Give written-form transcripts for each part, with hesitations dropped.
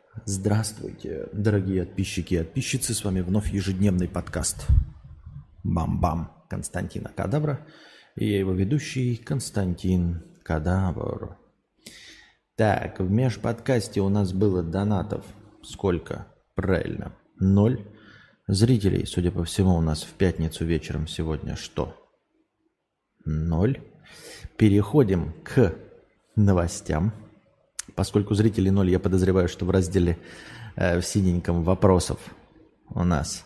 Здравствуйте, дорогие подписчики и подписчицы. С вами вновь ежедневный подкаст «Бам-бам» Константина Кадавра. И я его ведущий Константин Кадавр. Так, в межподкасте у нас было донатов сколько? Правильно, 0. Зрителей, судя по всему, у нас в пятницу вечером сегодня что? 0. Переходим к новостям. Поскольку зрителей 0, я подозреваю, что в разделе в синеньком вопросов у нас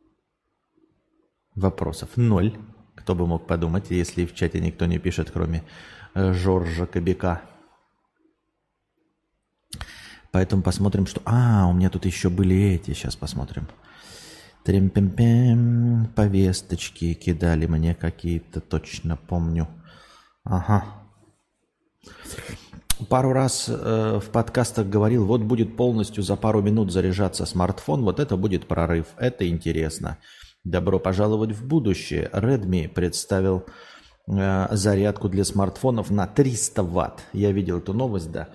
вопросов 0. Кто бы мог подумать, если в чате никто не пишет, кроме Жоржа Кобяка. Поэтому посмотрим, что... у меня тут еще были эти. Сейчас посмотрим. Трим-пим-пим. Повесточки кидали мне какие-то, точно помню. Ага. Пару раз в подкастах говорил, вот будет полностью за пару минут заряжаться смартфон, вот это будет прорыв, это интересно. Добро пожаловать в будущее. Redmi представил зарядку для смартфонов на 300 ватт. Я видел эту новость, да.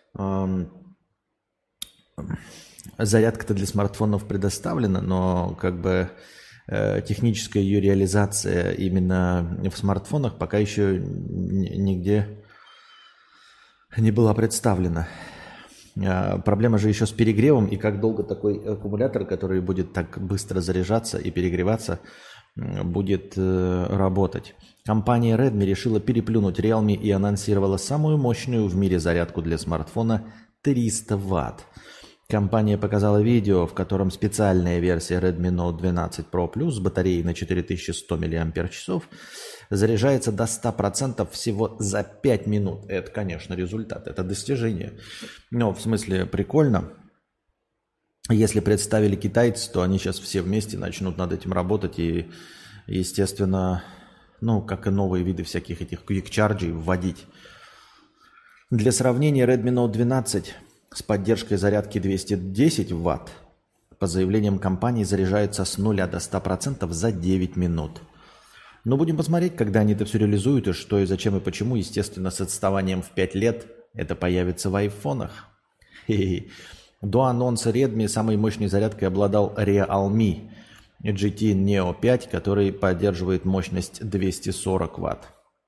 Зарядка-то для смартфонов предоставлена, но как бы техническая ее реализация именно в смартфонах пока еще нигде не была представлена. Проблема же еще с перегревом, и как долго такой аккумулятор, который будет так быстро заряжаться и перегреваться, будет работать. Компания Redmi решила переплюнуть Realme и анонсировала самую мощную в мире зарядку для смартфона 300 Вт. Компания показала видео, в котором специальная версия Redmi Note 12 Pro Plus с батареей на 4100 мАч заряжается до 100% всего за 5 минут. Это, конечно, результат, это достижение. Но в смысле прикольно. Если представили китайцы, то они сейчас все вместе начнут над этим работать и, естественно, как и новые виды всяких этих quick-charge вводить. Для сравнения, Redmi Note 12 с поддержкой зарядки 210 Вт по заявлениям компании заряжается с 0 до 100% за 9 минут. Но будем посмотреть, когда они это все реализуют, и что, и зачем, и почему. Естественно, с отставанием в 5 лет это появится в айфонах. До анонса Redmi самой мощной зарядкой обладал Realme GT Neo 5, который поддерживает мощность 240 Вт.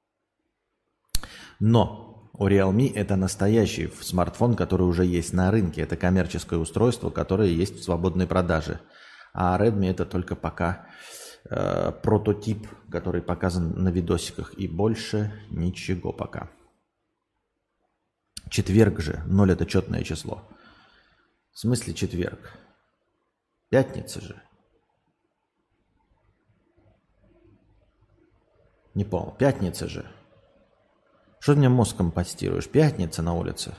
Но у Realme это настоящий смартфон, который уже есть на рынке. Это коммерческое устройство, которое есть в свободной продаже. А Redmi это только пока прототип, который показан на видосиках. И больше ничего пока. Четверг же. 0 это четное число. В смысле четверг? Пятница же. Не понял. Пятница же. Что ты мне мозг компостируешь? Пятница на улице.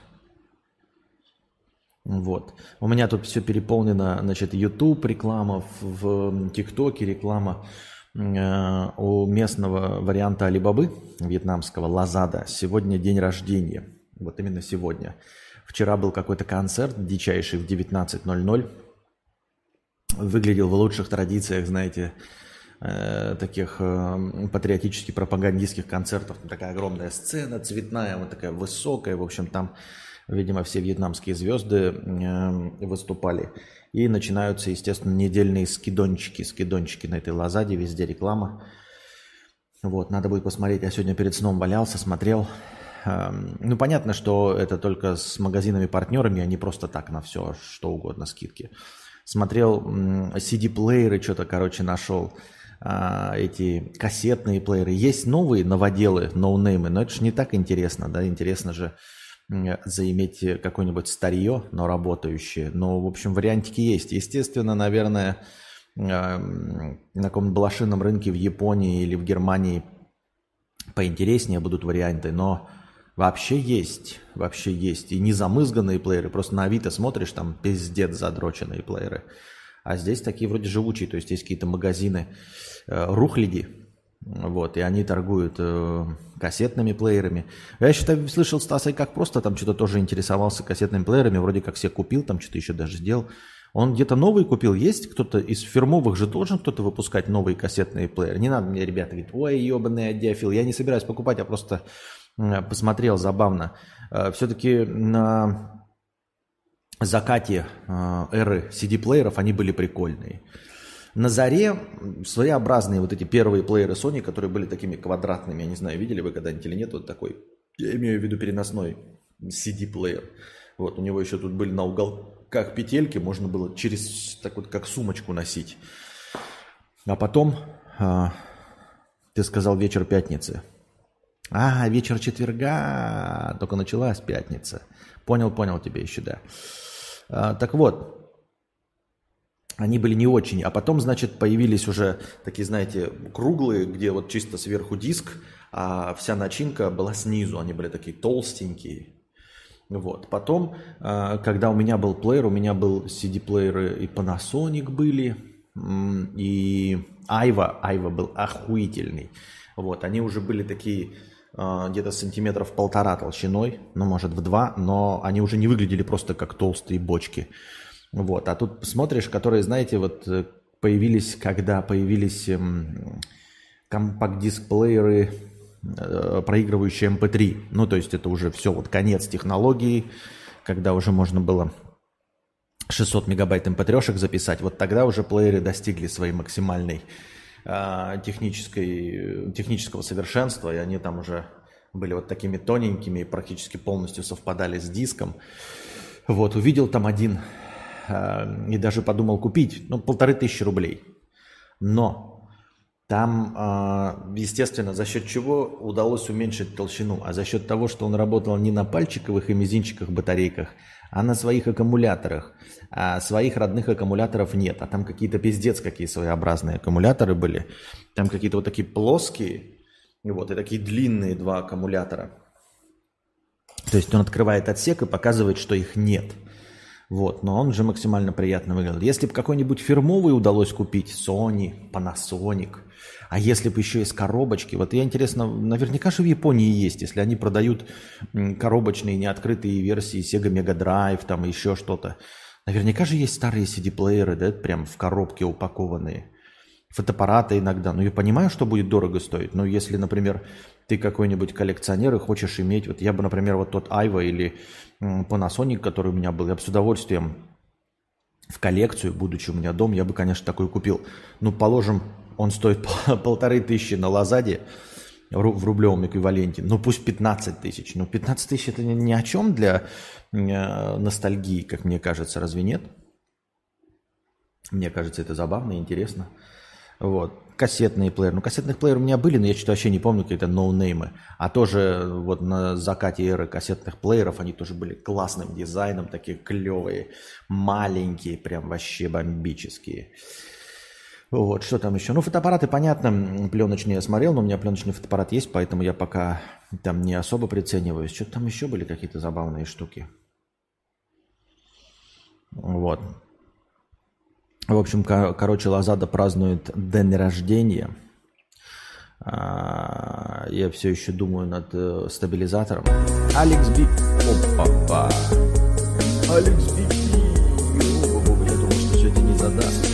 Вот. У меня тут все переполнено, значит, YouTube реклама, в ТикТоке реклама у местного варианта Алибабы, вьетнамского, Лазада. Сегодня день рождения. Вот именно сегодня. Вчера был какой-то концерт дичайший в 19:00. Выглядел в лучших традициях, знаете, таких патриотических пропагандистских концертов. Такая огромная сцена, цветная, вот такая высокая. В общем, там, видимо, все вьетнамские звезды выступали. И начинаются, естественно, недельные скидончики на этой Лазаде, везде реклама. Вот, надо будет посмотреть. Я сегодня перед сном валялся, смотрел. Понятно, что это только с магазинами-партнерами, а не просто так на все, что угодно, скидки. Смотрел CD-плееры, что-то, нашел. Эти кассетные плееры. Есть новые новоделы, ноунеймы, но это же не так интересно, да, интересно же заиметь какое-нибудь старье, но работающее. Но, в общем, вариантики есть. Естественно, наверное, на каком-нибудь блошином рынке в Японии или в Германии поинтереснее будут варианты, но вообще есть. И не замызганные плееры, просто на Авито смотришь, там пиздец задроченные плееры. А здесь такие вроде живучие, то есть есть какие-то магазины рухляди, вот, и они торгуют кассетными плеерами. Я считаю, слышал, Стас как просто там что-то тоже интересовался кассетными плеерами, вроде как себе купил, там что-то еще даже сделал. Он где-то новый купил, есть кто-то из фирмовых же должен кто-то выпускать новые кассетные плееры. Не надо мне, ребята, говорить, ой, ебаный адиофил, я не собираюсь покупать, я просто посмотрел, забавно. Все-таки на закате эры CD-плееров они были прикольные. На заре своеобразные вот эти первые плееры Sony, которые были такими квадратными, я не знаю, видели вы когда-нибудь или нет, вот такой, я имею в виду переносной CD-плеер. Вот, у него еще тут были на уголках петельки, можно было через, так вот, как сумочку носить. А потом, ты сказал, вечер пятницы. Вечер четверга, только началась пятница. Понял тебе еще, да. Так вот, они были не очень. А потом, значит, появились уже такие, знаете, круглые, где вот чисто сверху диск, а вся начинка была снизу. Они были такие толстенькие. Вот. Потом, когда у меня был плеер, у меня был CD-плееры и Panasonic были, и Айва был охуительный. Вот. Они уже были такие где-то сантиметров 1,5 толщиной, ну, может, в 2, но они уже не выглядели просто как толстые бочки. Вот, а тут смотришь, которые, знаете, вот появились, когда появились компакт-диск-плееры, проигрывающие MP3. Ну, то есть это уже все, вот конец технологии, когда уже можно было 600 мегабайт MP3-шек записать. Вот тогда уже плееры достигли своей максимальной технического совершенства, и они там уже были вот такими тоненькими и практически полностью совпадали с диском. Вот, увидел там один... и даже подумал купить, 1500 рублей. Но там, естественно, за счет чего удалось уменьшить толщину? А за счет того, что он работал не на пальчиковых и мизинчиковых батарейках, а на своих аккумуляторах. А своих родных аккумуляторов нет. А там какие-то пиздец какие своеобразные аккумуляторы были. Там какие-то вот такие плоские, вот, и такие длинные два аккумулятора. То есть он открывает отсек и показывает, что их нет. Вот, но он же максимально приятно выглядел. Если бы какой-нибудь фирмовый удалось купить, Sony, Panasonic, а если бы еще из коробочки, вот я интересно, наверняка же в Японии есть, если они продают коробочные неоткрытые версии Sega Mega Drive, там еще что-то. Наверняка же есть старые CD-плееры, да, прям в коробке упакованные. Фотоаппараты иногда. Ну, я понимаю, что будет дорого стоить, но если, например, ты какой-нибудь коллекционер и хочешь иметь, вот я бы, например, вот тот Айва или Panasonic, который у меня был, я бы с удовольствием в коллекцию, будучи у меня дом, я бы, конечно, такой купил. Ну, положим, он стоит 1500 на Лазаде в рублевом эквиваленте, ну, пусть 15 тысяч. Ну, 15 тысяч это ни о чем для ностальгии, как мне кажется, разве нет? Мне кажется, это забавно и интересно. Вот. Кассетные плееры. Ну, кассетных плееров у меня были, но я что-то вообще не помню, какие-то ноунеймы. А тоже вот на закате эры кассетных плееров они тоже были классным дизайном, такие клевые, маленькие, прям вообще бомбические. Вот, что там еще? Ну, фотоаппараты, понятно, пленочные я смотрел, но у меня пленочный фотоаппарат есть, поэтому я пока там не особо прицениваюсь. Что-то там еще были какие-то забавные штуки. Вот. В общем, короче, Лазада празднует день рождения. Я все еще думаю над стабилизатором. Алекс Би... Опа-па. Алекс Би... Я думал, что сегодня не задаст.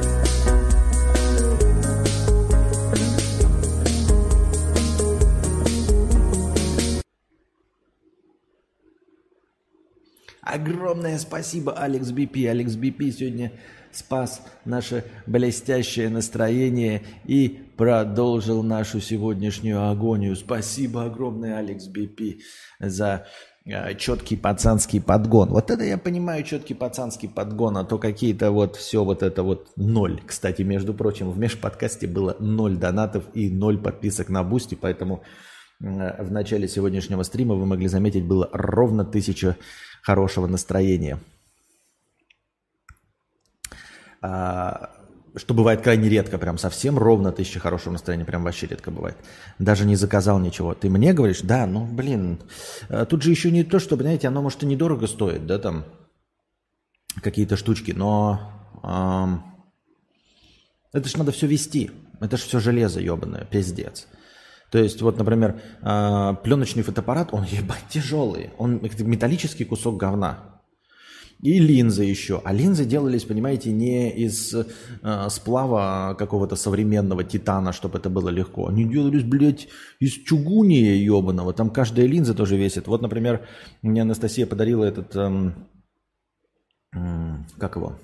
Огромное спасибо, Алекс Би. Алекс Би сегодня спас наше блестящее настроение и продолжил нашу сегодняшнюю агонию. Спасибо огромное, Алекс Би, за четкий пацанский подгон. Вот это я понимаю, четкий пацанский подгон, а то какие-то вот все вот это вот ноль. Кстати, между прочим, в межподкасте было 0 донатов и 0 подписок на Бусти, поэтому в начале сегодняшнего стрима, вы могли заметить, было ровно 1000 хорошего настроения. Что бывает крайне редко, прям совсем ровно 1000 хорошего настроения, прям вообще редко бывает. Даже не заказал ничего. Ты мне говоришь? Да, ну блин. Тут же еще не то, что, знаете, оно может и недорого стоит, да, там какие-то штучки, но это ж надо все вести. Это ж все железо ебаное, пиздец. То есть, вот, например, пленочный фотоаппарат, он ебать тяжелый. Он металлический кусок говна. И линзы еще. А линзы делались, понимаете, не из сплава какого-то современного титана, чтобы это было легко. Они делались, блядь, из чугуния ебаного. Там каждая линза тоже весит. Вот, например, мне Анастасия подарила этот как его?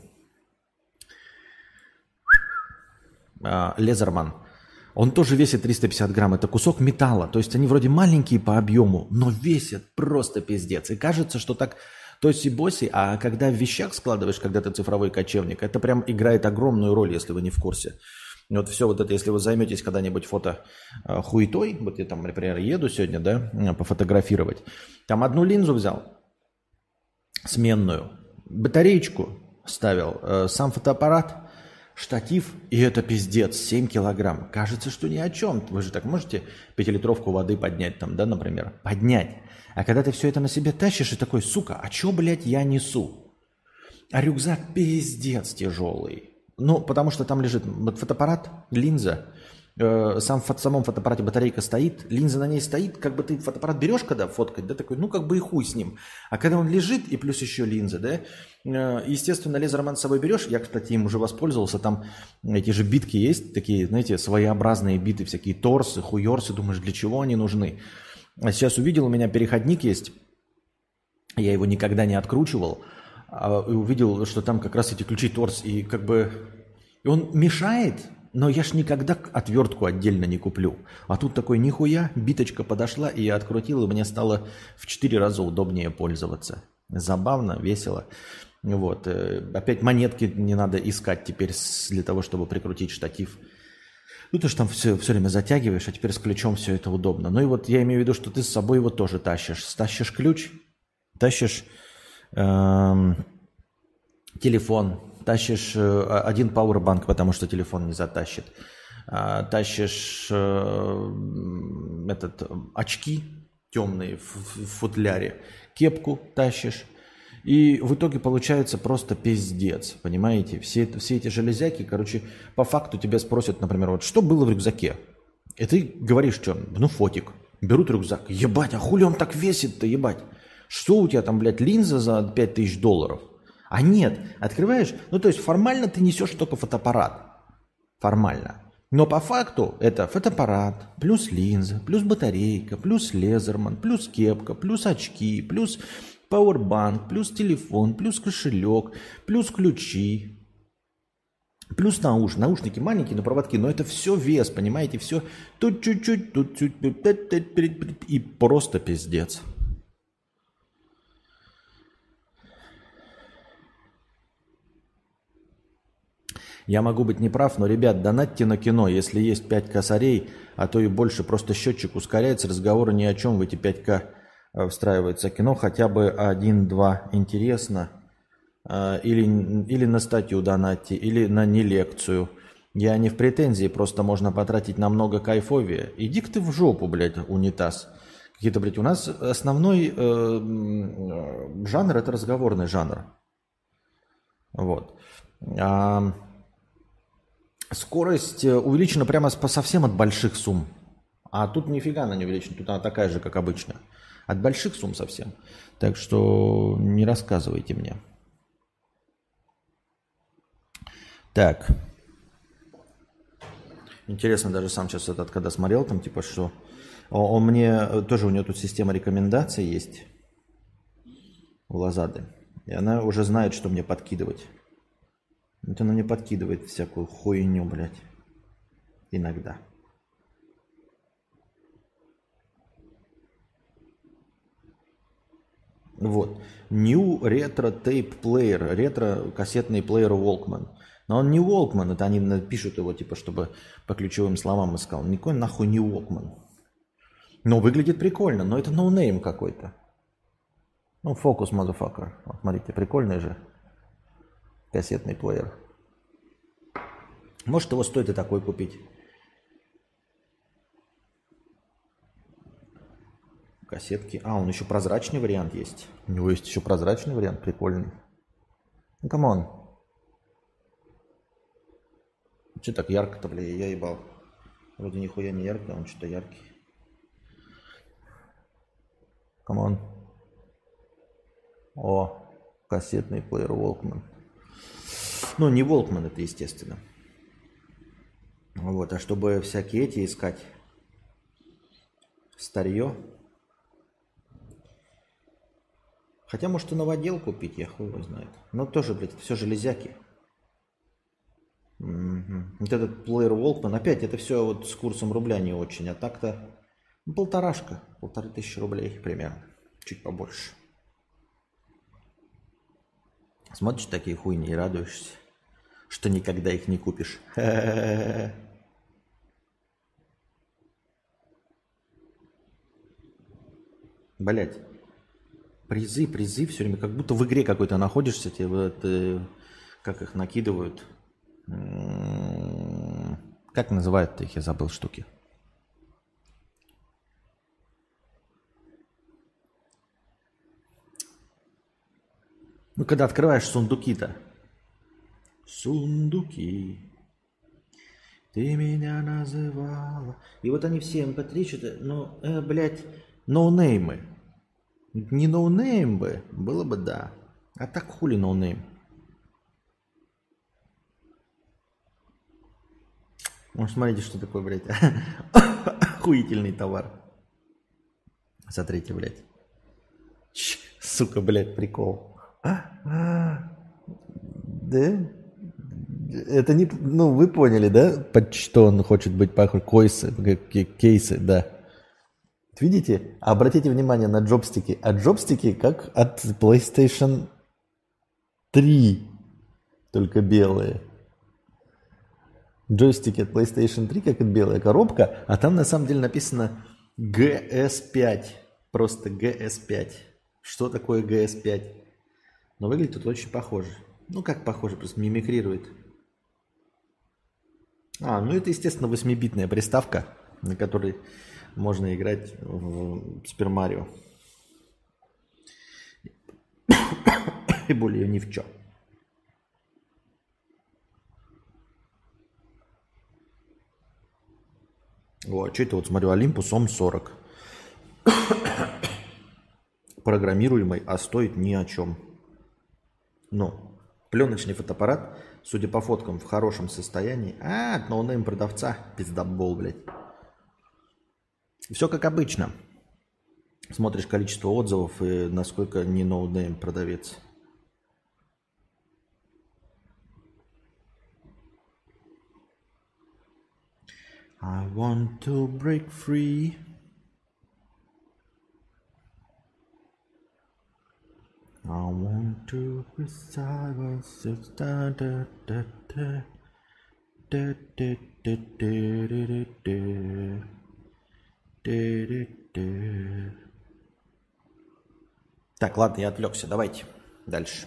Лезерман. Он тоже весит 350 грамм. Это кусок металла. То есть они вроде маленькие по объему, но весят просто пиздец. И кажется, что так тоси-боси, а когда в вещах складываешь, когда ты цифровой кочевник, это прям играет огромную роль, если вы не в курсе. И вот все вот это, если вы займетесь когда-нибудь фото хуетой, вот я там, например, еду сегодня, да, пофотографировать, там одну линзу взял, сменную, батареечку ставил, сам фотоаппарат, штатив, и это пиздец, 7 килограмм. Кажется, что ни о чем. Вы же так можете 5-литровку воды поднять там, да, например? Поднять. А когда ты все это на себе тащишь и такой, сука, а чё, блядь, я несу? А рюкзак пиздец тяжелый. Ну, потому что там лежит вот фотоаппарат, линза, в самом фотоаппарате батарейка стоит, линза на ней стоит, как бы ты фотоаппарат берешь, когда фоткать, да, такой, ну, как бы и хуй с ним. А когда он лежит, и плюс еще линза, да, естественно, лезерман с собой берешь, я, кстати, им уже воспользовался, там эти же битки есть, такие, знаете, своеобразные биты, всякие торсы, хуерсы, думаешь, для чего они нужны? А сейчас увидел, у меня переходник есть, я его никогда не откручивал, и увидел, что там как раз эти ключи торс, и как бы и он мешает, но я ж никогда отвертку отдельно не куплю. А тут такой нихуя, биточка подошла, и я открутил, и мне стало в 4 раза удобнее пользоваться. Забавно, весело. Вот. Опять монетки не надо искать теперь для того, чтобы прикрутить штатив. Ну, ты же там все время затягиваешь, а теперь с ключом все это удобно. Ну и вот я имею в виду, что ты с собой его тоже тащишь. Тащишь ключ, тащишь телефон, тащишь один пауэрбанк, потому что телефон не затащит. Тащишь очки темные в футляре, кепку тащишь. И в итоге получается просто пиздец, понимаете? Все эти железяки, короче, по факту тебя спросят, например, вот что было в рюкзаке? И ты говоришь, что? Ну, фотик. Берут рюкзак. Ебать, а хули он так весит-то, ебать? Что у тебя там, блядь, линза за $5000? А нет, открываешь, ну, то есть формально ты несешь только фотоаппарат. Формально. Но по факту это фотоаппарат, плюс линза, плюс батарейка, плюс лезерман, плюс кепка, плюс очки, плюс пауэрбанк, плюс телефон, плюс кошелек, плюс ключи, плюс наушники маленькие на проводке, но это все вес, понимаете, все тут чуть-чуть, тут чуть-чуть, и просто пиздец. Я могу быть неправ, но, ребят, донатьте на кино. Если есть 5 косарей, а то и больше, просто счетчик ускоряется, разговоры ни о чем в эти 5К встраивается. Кино хотя бы 1-2 интересно. Или на статью донатьте, или на не лекцию. Я не в претензии, просто можно потратить намного кайфовее. Иди-ка ты в жопу, блядь, унитаз. Какие-то, блядь, у нас основной жанр – это разговорный жанр. Вот. Скорость увеличена прямо совсем от больших сумм. А тут нифига она не увеличена, тут она такая же, как обычно. От больших сумм совсем. Так что не рассказывайте мне. Так. Интересно, даже сам сейчас этот, когда смотрел, там типа что... Он мне... Тоже у него тут система рекомендаций есть. У Лазады. И она уже знает, что мне подкидывать. Вот она мне подкидывает всякую хуйню, блядь. Иногда. Вот. New Retro Tape Player. Ретро-кассетный плеер Walkman. Но он не Walkman. Это они напишут его, типа, чтобы по ключевым словам искал. Никакой нахуй не Walkman. Но выглядит прикольно. Но это ноунейм какой-то. Ну, Focus, motherfucker. Вот, смотрите, прикольный же. Кассетный плеер. Может, его стоит и такой купить. Кассетки. А, он еще прозрачный вариант есть. У него есть еще прозрачный вариант, прикольный. Ну, камон. Че так ярко-то, бля, я ебал. Вроде нихуя не ярко, а он что-то яркий. Камон. О, кассетный плеер Walkman. Ну, не Walkman это, естественно. Вот, а чтобы всякие эти искать старье. Хотя, может, и новодел купить, я хуй его знает. Но тоже, блядь, это все железяки. Мгм. Вот этот плеер Волкман, опять это все вот с курсом рубля не очень, а так-то ну, полторашка, 1500 рублей примерно, чуть побольше. Смотришь такие хуйни и радуешься, что никогда их не купишь. Блять, призы все время, как будто в игре какой-то находишься, тебе вот, как их накидывают. Как называют-то их, я забыл штуки. Ну, когда открываешь сундуки-то. Сундуки, ты меня называла. И вот они все mp3 что-то, ну, блядь, ноунеймы. Не ноунейм бы, было бы да. А так хули ноунейм? Может, смотрите, что такое, блядь. Охуительный товар. Смотрите, блядь. Сука, блядь, прикол. Да? Это не... Ну, вы поняли, да? Под что он хочет быть похож? Кейсы, да. Видите? Обратите внимание на джобстики. А джобстики как от PlayStation 3. Только белые. Джойстики от PlayStation 3, как от белая коробка. А там на самом деле написано GS5. Просто GS5. Что такое GS5? Но выглядит тут очень похоже. Ну, как похоже, просто мимикрирует. Ну это, естественно, 8-битная приставка, на которой можно играть в Супер Марио. И более ни в чем. О, а что это вот, смотрю, Olympus OM40. Программируемый, а стоит ни о чем. Ну, пленочный фотоаппарат, судя по фоткам, в хорошем состоянии. От ноунейм продавца, пиздобол, блядь. Все как обычно. Смотришь количество отзывов и насколько не ноунейм продавец. I want to break free. I want to be silent. Так, ладно, я отвлекся. Давайте дальше.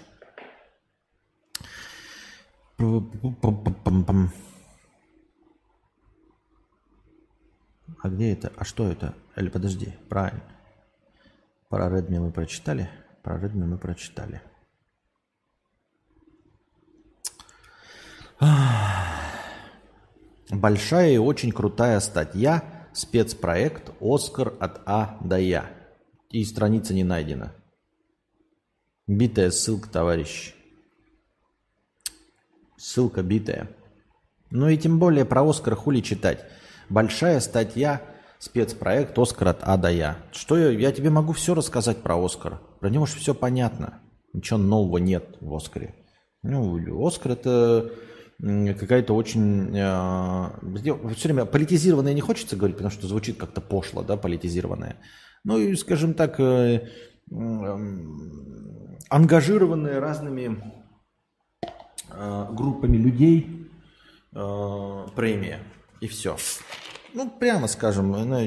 А где это? А что это? Или подожди, правильно. Про Redmi мы прочитали. Про Redmi мы прочитали. Большая и очень крутая статья. Спецпроект «Оскар от А до Я». И страница не найдена. Битая ссылка, товарищ. Ссылка битая. Ну и тем более про Оскар хули читать. Большая статья, спецпроект «Оскар от А до Я». Что я тебе могу все рассказать про Оскар. Про него же все понятно. Ничего нового нет в Оскаре. Ну, Оскар это какая-то очень... все время политизированное не хочется говорить, потому что звучит как-то пошло, да, политизированное. Ну и, скажем так, ангажированные разными группами людей премия. И все. Ну, прямо скажем, она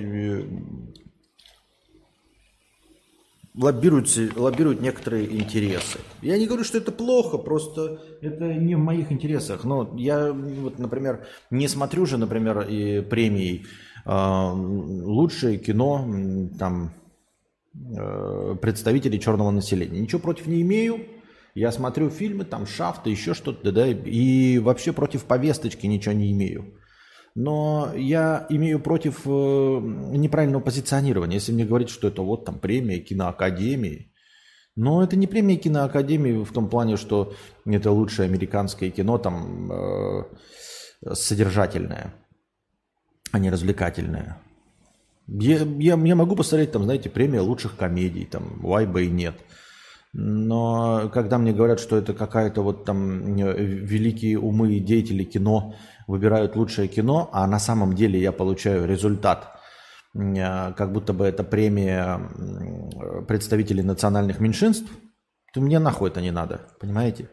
лоббирует некоторые интересы. Я не говорю, что это плохо, просто это не в моих интересах. Но я, вот, например, не смотрю же, например, и премии лучшее кино там, представителей черного населения. Ничего против не имею. Я смотрю фильмы, там «Шафт», еще что-то, да, и вообще против повесточки ничего не имею. Но я имею против неправильного позиционирования. Если мне говорить, что это вот там премия киноакадемии, но это не премия киноакадемии в том плане, что это лучшее американское кино там содержательное, а не развлекательное. Я могу посмотреть там, знаете, премия лучших комедий, там, why бы и нет. Но когда мне говорят, что это какая-то вот там великие умы и деятели кино выбирают лучшее кино, а на самом деле я получаю результат, как будто бы это премия представителей национальных меньшинств, то мне нахуй это не надо, понимаете?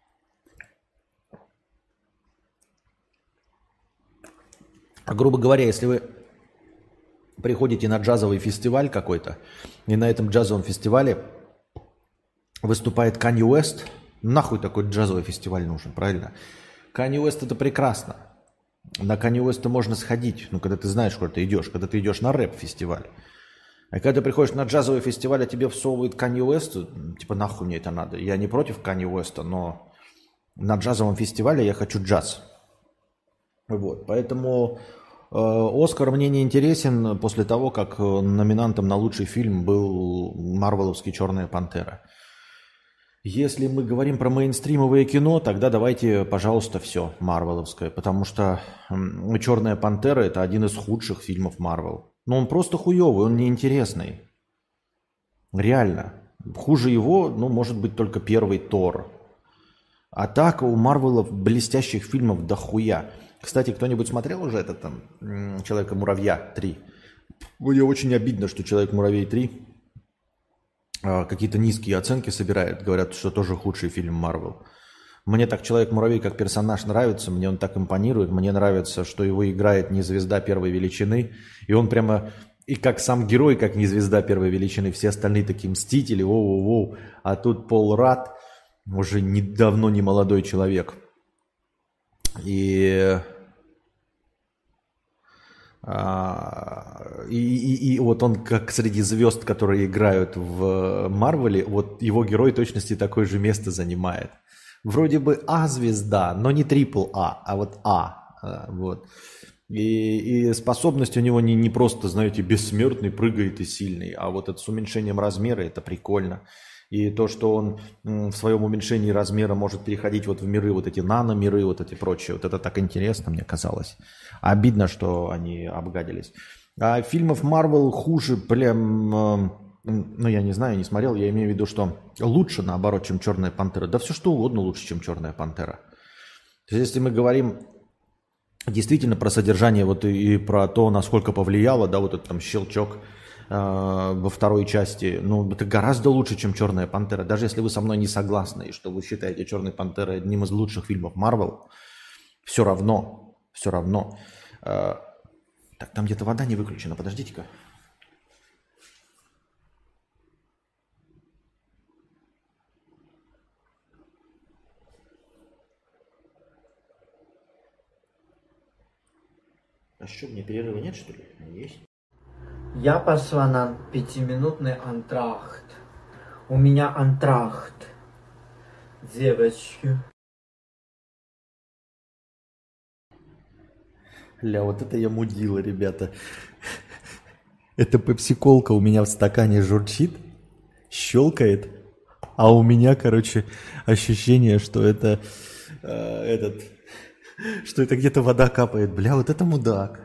А грубо говоря, если вы приходите на джазовый фестиваль какой-то, и на этом джазовом фестивале выступает Канье Уэст, нахуй такой джазовый фестиваль нужен, правильно? Канье Уэст это прекрасно. На Канье Уэста можно сходить, ну, когда ты знаешь, куда ты идешь, когда ты идешь на рэп-фестиваль. А когда ты приходишь на джазовый фестиваль, а тебе всовывают Канье Уэст, типа нахуй мне это надо. Я не против Канье Уэста, но на джазовом фестивале я хочу джаз. Вот, поэтому Оскар мне не интересен после того, как номинантом на лучший фильм был марвеловский «Черная пантера». Если мы говорим про мейнстримовое кино, тогда давайте, пожалуйста, все марвеловское, потому что «Черная пантера» — это один из худших фильмов Марвел. Но он просто хуёвый, он неинтересный. Реально. Хуже его, ну, может быть, только первый Тор. А так у Марвела блестящих фильмов дохуя. Кстати, кто-нибудь смотрел уже этот там «Человека-муравья 3»? Мне очень обидно, что «Человек-муравей 3» какие-то низкие оценки собирает. Говорят, что тоже худший фильм Марвел. Мне так «Человек-муравей» как персонаж нравится, мне он так импонирует. Мне нравится, что его играет не звезда первой величины. И он прямо, и как сам герой, как не звезда первой величины. Все остальные такие мстители, воу-воу-воу. А тут Пол Радд, уже недавно не молодой человек. И вот он как среди звезд, которые играют в Марвеле, вот его герой точности такое же место занимает. Вроде бы А-звезда, но не трипл А, а вот А. Вот. И способность у него не просто, знаете, бессмертный, прыгает и сильный, а вот это с уменьшением размера, это прикольно. И то, что он в своем уменьшении размера может переходить вот в миры, вот эти наномиры, вот эти прочие, вот это так интересно, мне казалось. Обидно, что они обгадились. А фильмов Марвел хуже, прям, ну я не знаю, не смотрел, я имею в виду, что лучше, наоборот, чем «Черная пантера». Да все что угодно лучше, чем «Черная пантера». То есть, если мы говорим действительно про содержание вот и про то, насколько повлияло, да, вот этот там щелчок во второй части, ну, это гораздо лучше, чем «Черная пантера». Даже если вы со мной не согласны, и что вы считаете «Черной пантерой» одним из лучших фильмов Марвел, все равно. Так, там где-то вода не выключена, подождите-ка. А что, мне перерыва нет, что ли? Есть. Я пошла на 5-минутный антрахт. У меня антрахт. Девочки. Ля, вот это я мудила, ребята. Эта пепсиколка у меня в стакане журчит, щелкает, а у меня, короче, ощущение, что это что это где-то вода капает. Бля, вот это мудак.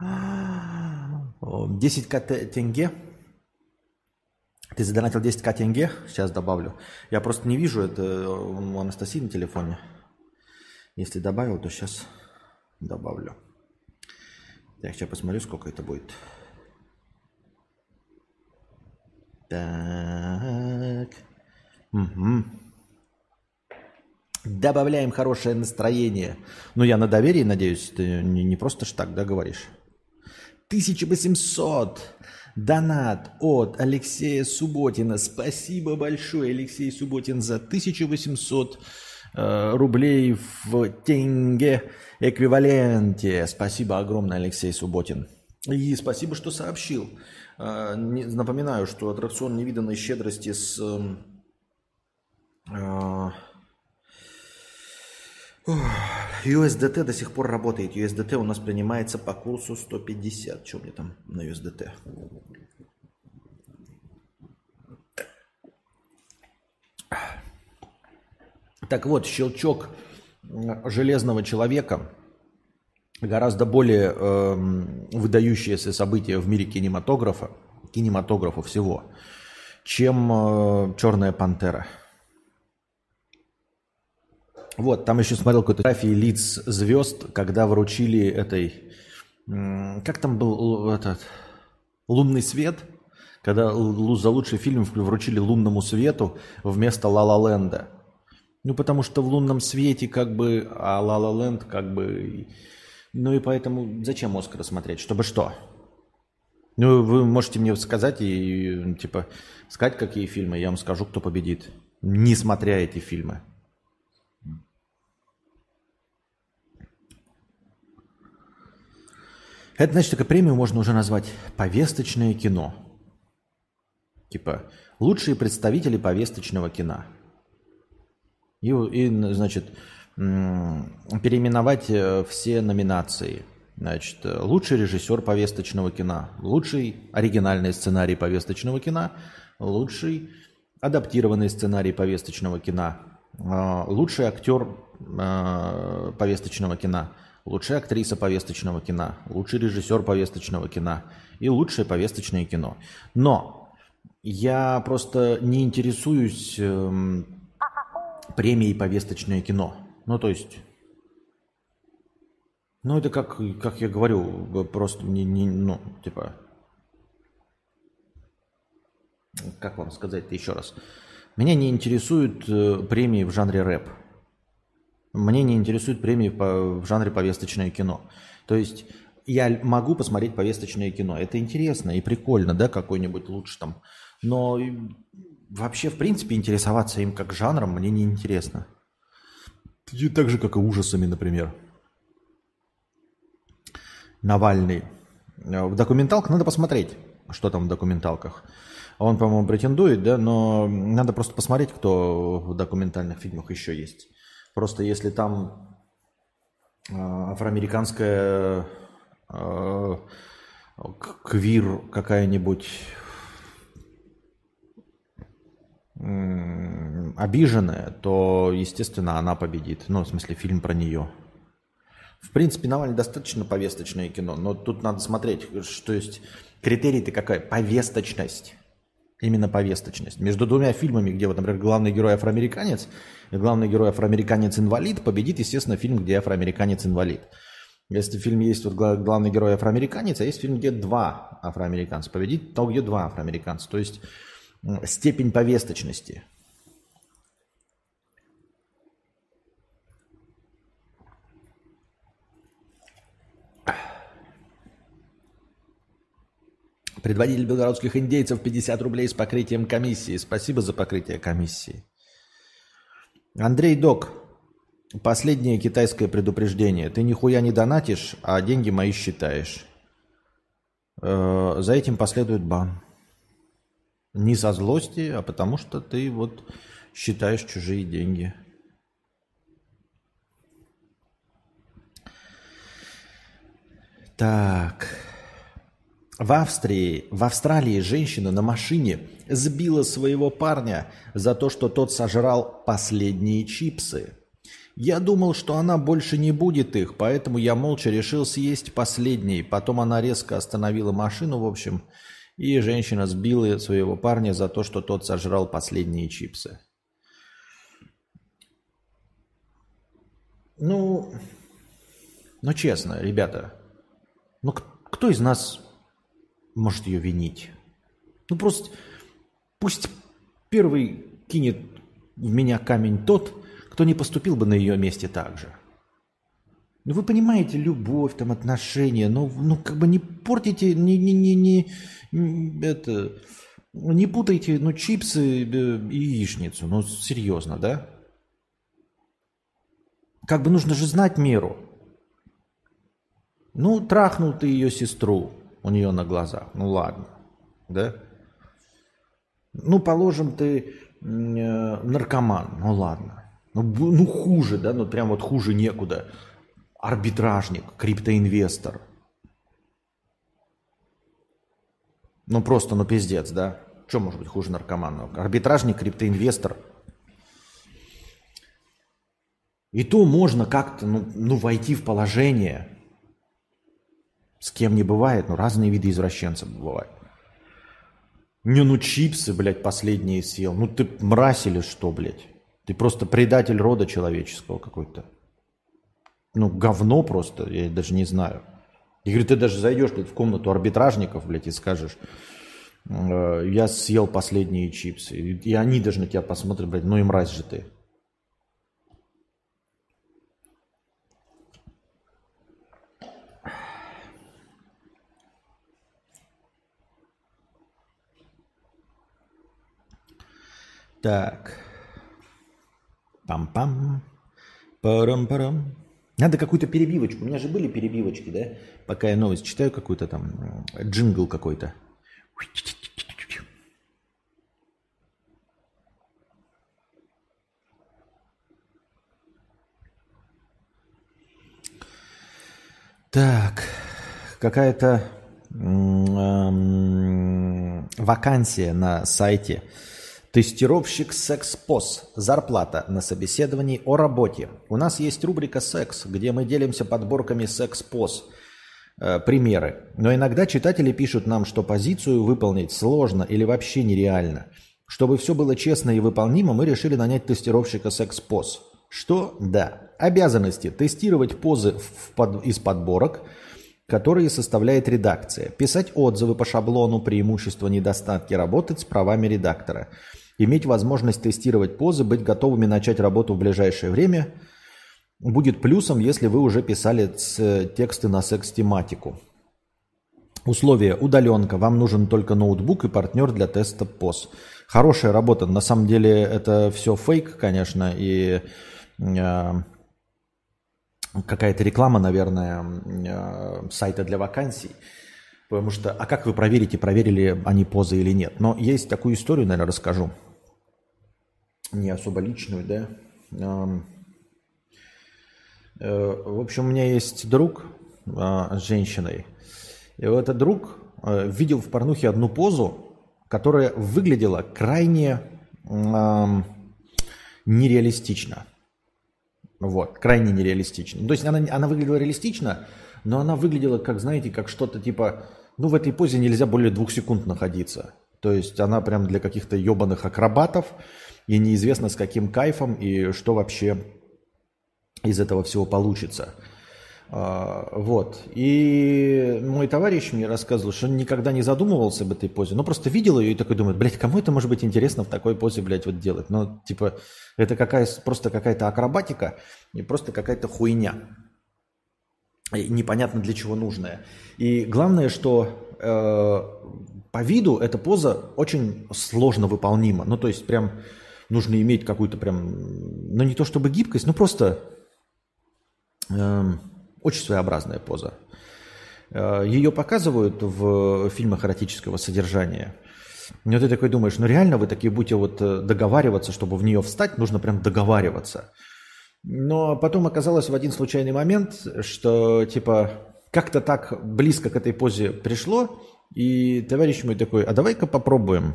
10к тенге. Ты задонатил 10к тенге? Сейчас добавлю. Я просто не вижу, это у Анастасии на телефоне. Если добавил, то сейчас добавлю. Так, сейчас посмотрю, сколько это будет. Так. Угу. Добавляем хорошее настроение. Ну, я на доверии, надеюсь, ты не просто ж так, да, говоришь? 1800. Донат от Алексея Субботина. Спасибо большое, Алексей Субботин, за 1800 рублей в тенге эквиваленте. Спасибо огромное, Алексей Субботин. И спасибо, что сообщил. Напоминаю, что аттракцион невиданной щедрости с USDT до сих пор работает. USDT у нас принимается по курсу 150. Что мне там на USDT? Так вот, щелчок Железного человека гораздо более выдающееся событие в мире кинематографа всего, чем «Черная пантера». Вот, там еще смотрел какой-то фотографии лиц звезд, когда вручили этой... Как там был этот... «Лунный свет», когда за лучший фильм вручили «Лунному свету» вместо «Ла Ла Ленда». Ну, потому что в «Лунном свете» как бы, а «Ла Ла Ленд» как бы... Ну и поэтому зачем «Оскара» смотреть? Чтобы что? Ну, вы можете мне сказать и, типа, сказать, какие фильмы, я вам скажу, кто победит, не смотря эти фильмы. Это значит, такая премию можно уже назвать «повесточное кино». Типа, лучшие представители повесточного кино. И значит, переименовать все номинации. Значит, лучший режиссер повесточного кино, лучший оригинальный сценарий повесточного кино, лучший адаптированный сценарий повесточного кино, лучший актер повесточного кино, лучшая актриса повесточного кино, лучший режиссер повесточного кино и лучшее повесточное кино. Но я просто не интересуюсь премией повесточное кино. Ну, то есть... Ну, это как я говорю, просто ну, типа... Как вам сказать-то еще раз? Меня не интересуют премии в жанре рэп. Мне не интересуют премии в жанре повесточное кино. То есть я могу посмотреть повесточное кино. Это интересно и прикольно, да, какой-нибудь лучше там. Но вообще, в принципе, интересоваться им как жанром мне не интересно. Так же, как и ужасами, например. Навальный. В документалках надо посмотреть, что там в документалках. Он, по-моему, претендует, да, но надо просто посмотреть, кто в документальных фильмах еще есть. Просто если там афроамериканская квир какая-нибудь обиженная, то, естественно, она победит. Ну, в смысле, фильм про нее. В принципе, Навальный достаточно повесточное кино, но тут надо смотреть, что есть. Критерий-то какая? Повесточность. Именно повесточность. Между двумя фильмами, где, вот, например, главный герой афроамериканец и главный герой афроамериканец-инвалид, победит, естественно, фильм, где афроамериканец-инвалид. Если в фильме есть вот главный герой афроамериканец, а есть фильм, где два афроамериканца, победит то, где два афроамериканца. То есть степень повесточности. Предводитель белгородских индейцев 50 рублей с покрытием комиссии. Спасибо за покрытие комиссии. Андрей Док. Последнее китайское предупреждение. Ты нихуя не донатишь, а деньги мои считаешь. За этим последует бан. Не со злости, а потому что ты вот считаешь чужие деньги. Так. В Австралии женщина на машине сбила своего парня за то, что тот сожрал последние чипсы. Я думал, что она больше не будет их, поэтому я молча решил съесть последний. Потом она резко остановила машину, в общем, и женщина сбила своего парня за то, что тот сожрал последние чипсы. Ну честно, ребята, кто из нас может ее винить? Ну просто пусть первый кинет в меня камень тот, кто не поступил бы на ее месте так же. Ну вы понимаете, любовь, там, отношения, как бы не портите, не путайте, чипсы и яичницу, серьезно, да? Как бы нужно же знать меру. Трахнул ты ее сестру у нее на глазах, ладно, да? Положим, ты наркоман, ладно. Хуже, да, прям вот хуже некуда. Арбитражник, криптоинвестор. Просто, пиздец, да? Что может быть хуже наркомана? Арбитражник, криптоинвестор. И то можно как-то, войти в положение. С кем не бывает, разные виды извращенцев бывают. Не, ну чипсы, блядь, последние съел. Ну ты мразь или что, блядь? Ты просто предатель рода человеческого какой-то. Ну, говно просто, я даже не знаю. Я говорю, ты даже зайдешь блядь, в комнату арбитражников, блядь, и скажешь, я съел последние чипсы. И они даже на тебя посмотрят, блядь, ну и мразь же ты. Так. Пам-пам. Парам-парам. Надо какую-то перебивочку. У меня же были перебивочки, да? Пока я новость читаю, какой-то там джингл какой-то. Так. Какая-то вакансия на сайте. Тестировщик секс-поз. Зарплата на собеседовании о работе. У нас есть рубрика «Секс», где мы делимся подборками секс-поз. Примеры. Но иногда читатели пишут нам, что позицию выполнить сложно или вообще нереально. Чтобы все было честно и выполнимо, мы решили нанять тестировщика секс-поз. Что? Да. Обязанности. Тестировать позы из подборок, которые составляет редакция. Писать отзывы по шаблону, преимущества, недостатки, работать с правами редактора. Иметь возможность тестировать позы, быть готовыми начать работу в ближайшее время будет плюсом, если вы уже писали тексты на секс-тематику. Условия. Удаленка. Вам нужен только ноутбук и партнер для теста поз. Хорошая работа. На самом деле это все фейк, конечно, и какая-то реклама, наверное, сайта для вакансий. Потому что, а как вы проверите, проверили они позы или нет? Но есть такую историю, наверное, расскажу. Не особо личную, да. В общем, у меня есть друг с женщиной. И вот этот друг видел в порнухе одну позу, которая выглядела крайне нереалистично. Вот, крайне нереалистично. То есть она выглядела реалистично, но она выглядела, как, знаете, как что-то типа, ну, в этой позе нельзя более 2 секунд находиться. То есть она прям для каких-то ебаных акробатов, и неизвестно с каким кайфом, и что вообще из этого всего получится. Вот. И мой товарищ мне рассказывал, что он никогда не задумывался об этой позе, но просто видел ее и такой думает, блядь, кому это может быть интересно в такой позе, блядь, вот делать? Ну, типа, это просто какая-то акробатика и просто какая-то хуйня. И непонятно для чего нужная. И главное, что по виду эта поза очень сложно выполнима. Ну, то есть прям нужно иметь какую-то прям, ну, не то чтобы гибкость, но просто очень своеобразная поза. Ее показывают в фильмах эротического содержания. И вот ты такой думаешь, ну реально вы такие будете вот договариваться, чтобы в нее встать, нужно прям договариваться. Но потом оказалось в один случайный момент, что типа как-то так близко к этой позе пришло, и товарищ мой такой, а давай-ка попробуем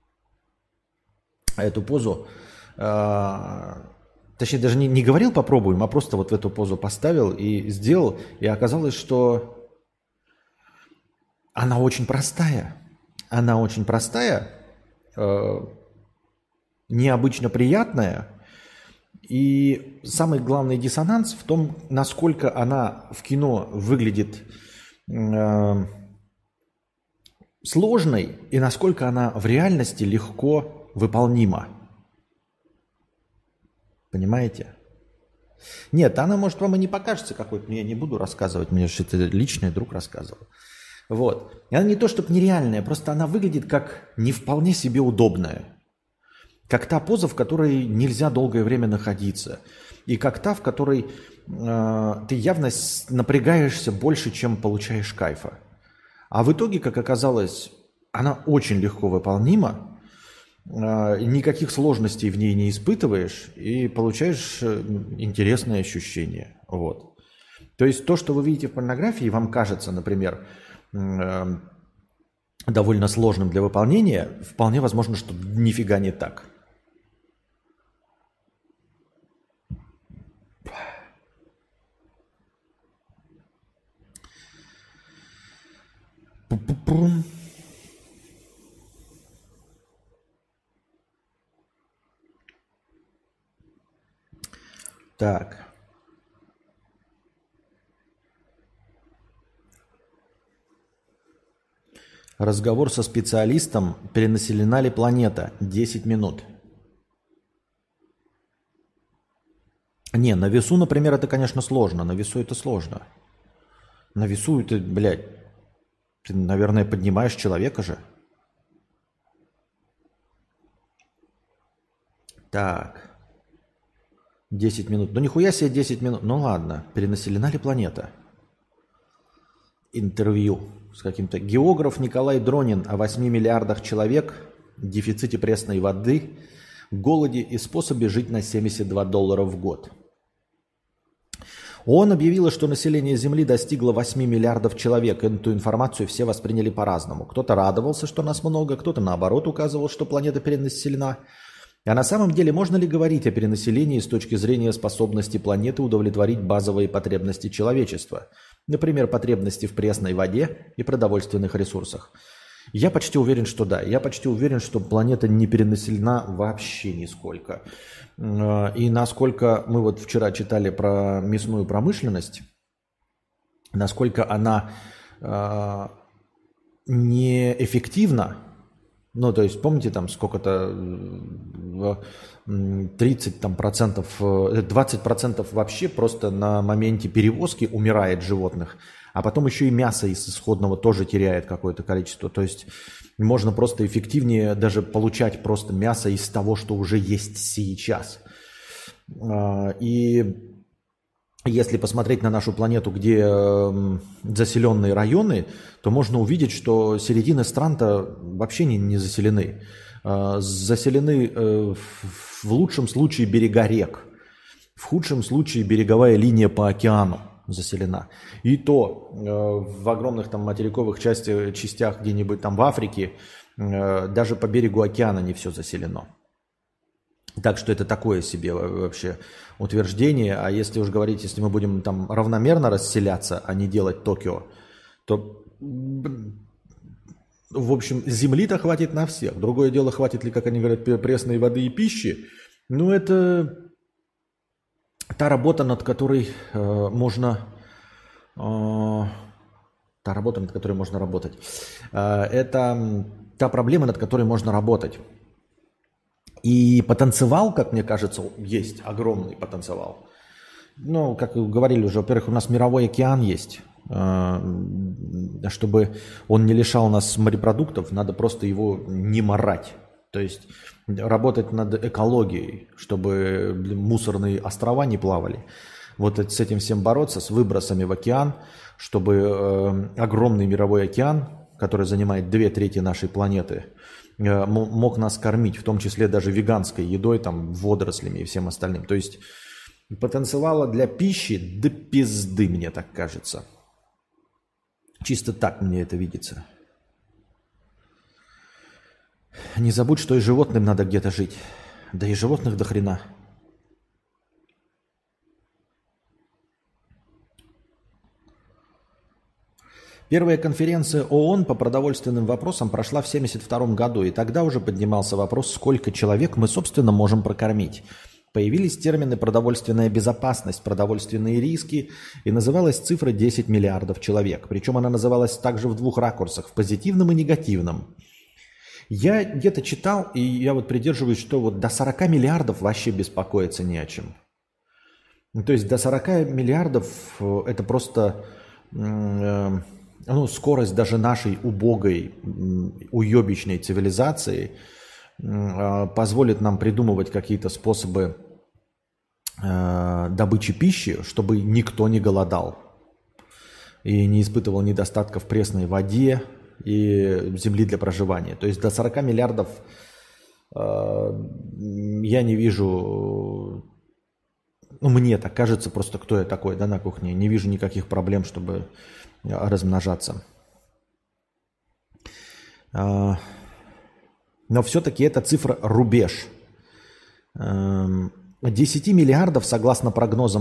эту позу. Точнее, даже не говорил попробуем, а просто вот в эту позу поставил и сделал. И оказалось, что она очень простая. Она очень простая, необычно приятная. И самый главный диссонанс в том, насколько она в кино выглядит сложной и насколько она в реальности легко выполнима. Понимаете? Нет, она, может, вам и не покажется какой-то, но я не буду рассказывать, мне же это личный друг рассказывал. Вот. И она не то, чтобы нереальная, просто она выглядит как не вполне себе удобная. Как та поза, в которой нельзя долгое время находиться. И как та, в которой ты явно напрягаешься больше, чем получаешь кайфа. А в итоге, как оказалось, она очень легко выполнима. Никаких сложностей в ней не испытываешь и получаешь интересное ощущение. Вот. То есть то, что вы видите в порнографии, вам кажется, например, довольно сложным для выполнения, вполне возможно, что нифига не так. Так. Разговор со специалистом. Перенаселена ли планета? 10 минут. Не, на весу, например, это, конечно, сложно. На весу это сложно. На весу это, блядь, ты, наверное, поднимаешь человека же. Так. 10 минут. Ну нихуя себе 10 минут. Ну ладно. Перенаселена ли планета? Интервью с каким-то. Географ Николай Дронин о 8 миллиардах человек, дефиците пресной воды, голоде и способе жить на $72 в год. ООН объявила, что население Земли достигло 8 миллиардов человек. Эту информацию все восприняли по-разному. Кто-то радовался, что нас много, кто-то наоборот указывал, что планета перенаселена. А на самом деле можно ли говорить о перенаселении с точки зрения способности планеты удовлетворить базовые потребности человечества? Например, потребности в пресной воде и продовольственных ресурсах. Я почти уверен, что да. Я почти уверен, что планета не перенаселена вообще нисколько. И насколько мы вот вчера читали про мясную промышленность, насколько она неэффективна. Ну, то есть, помните, там сколько-то 30 там, процентов, 20% вообще просто на моменте перевозки умирает животных, а потом еще и мясо из исходного тоже теряет какое-то количество. То есть можно просто эффективнее даже получать просто мясо из того, что уже есть сейчас. И если посмотреть на нашу планету, где заселенные районы, то можно увидеть, что середины стран-то вообще не заселены. Заселены в лучшем случае берега рек, в худшем случае береговая линия по океану заселена. И то в огромных там материковых частях где-нибудь там в Африке даже по берегу океана не все заселено. Так что это такое себе вообще утверждение. А если уж говорить, если мы будем там равномерно расселяться, а не делать Токио, то, в общем, земли-то хватит на всех. Другое дело, хватит ли, как они говорят, пресной воды и пищи. Ну, это та работа, над которой можно... Та работа, над которой можно работать. Это та проблема, над которой можно работать. И потенциал, как мне кажется, есть огромный потенциал. Ну, как говорили уже, во-первых, у нас мировой океан есть. Чтобы он не лишал нас морепродуктов, надо просто его не морать. То есть работать над экологией, чтобы мусорные острова не плавали. Вот с этим всем бороться, с выбросами в океан, чтобы огромный мировой океан, который занимает 2/3 нашей планеты, мог нас кормить, в том числе даже веганской едой, там, водорослями и всем остальным. То есть потенциала для пищи до пизды, мне так кажется. Чисто так мне это видится. Не забудь, что и животным надо где-то жить. Да и животных до хрена. Первая конференция ООН по продовольственным вопросам прошла в 1972 году, и тогда уже поднимался вопрос, сколько человек мы, собственно, можем прокормить. Появились термины «продовольственная безопасность», «продовольственные риски», и называлась цифра 10 миллиардов человек. Причем она называлась также в двух ракурсах, в позитивном и негативном. Я где-то читал, и я вот придерживаюсь, что вот до 40 миллиардов вообще беспокоиться не о чем. То есть до 40 миллиардов это просто... скорость даже нашей убогой, уебищной цивилизации позволит нам придумывать какие-то способы добычи пищи, чтобы никто не голодал и не испытывал недостатка в пресной воде и земли для проживания. То есть до 40 миллиардов я не вижу, мне так кажется, просто кто я такой, да, на кухне, не вижу никаких проблем, чтобы размножаться. Но все-таки эта цифра рубеж. 10 миллиардов, согласно прогнозным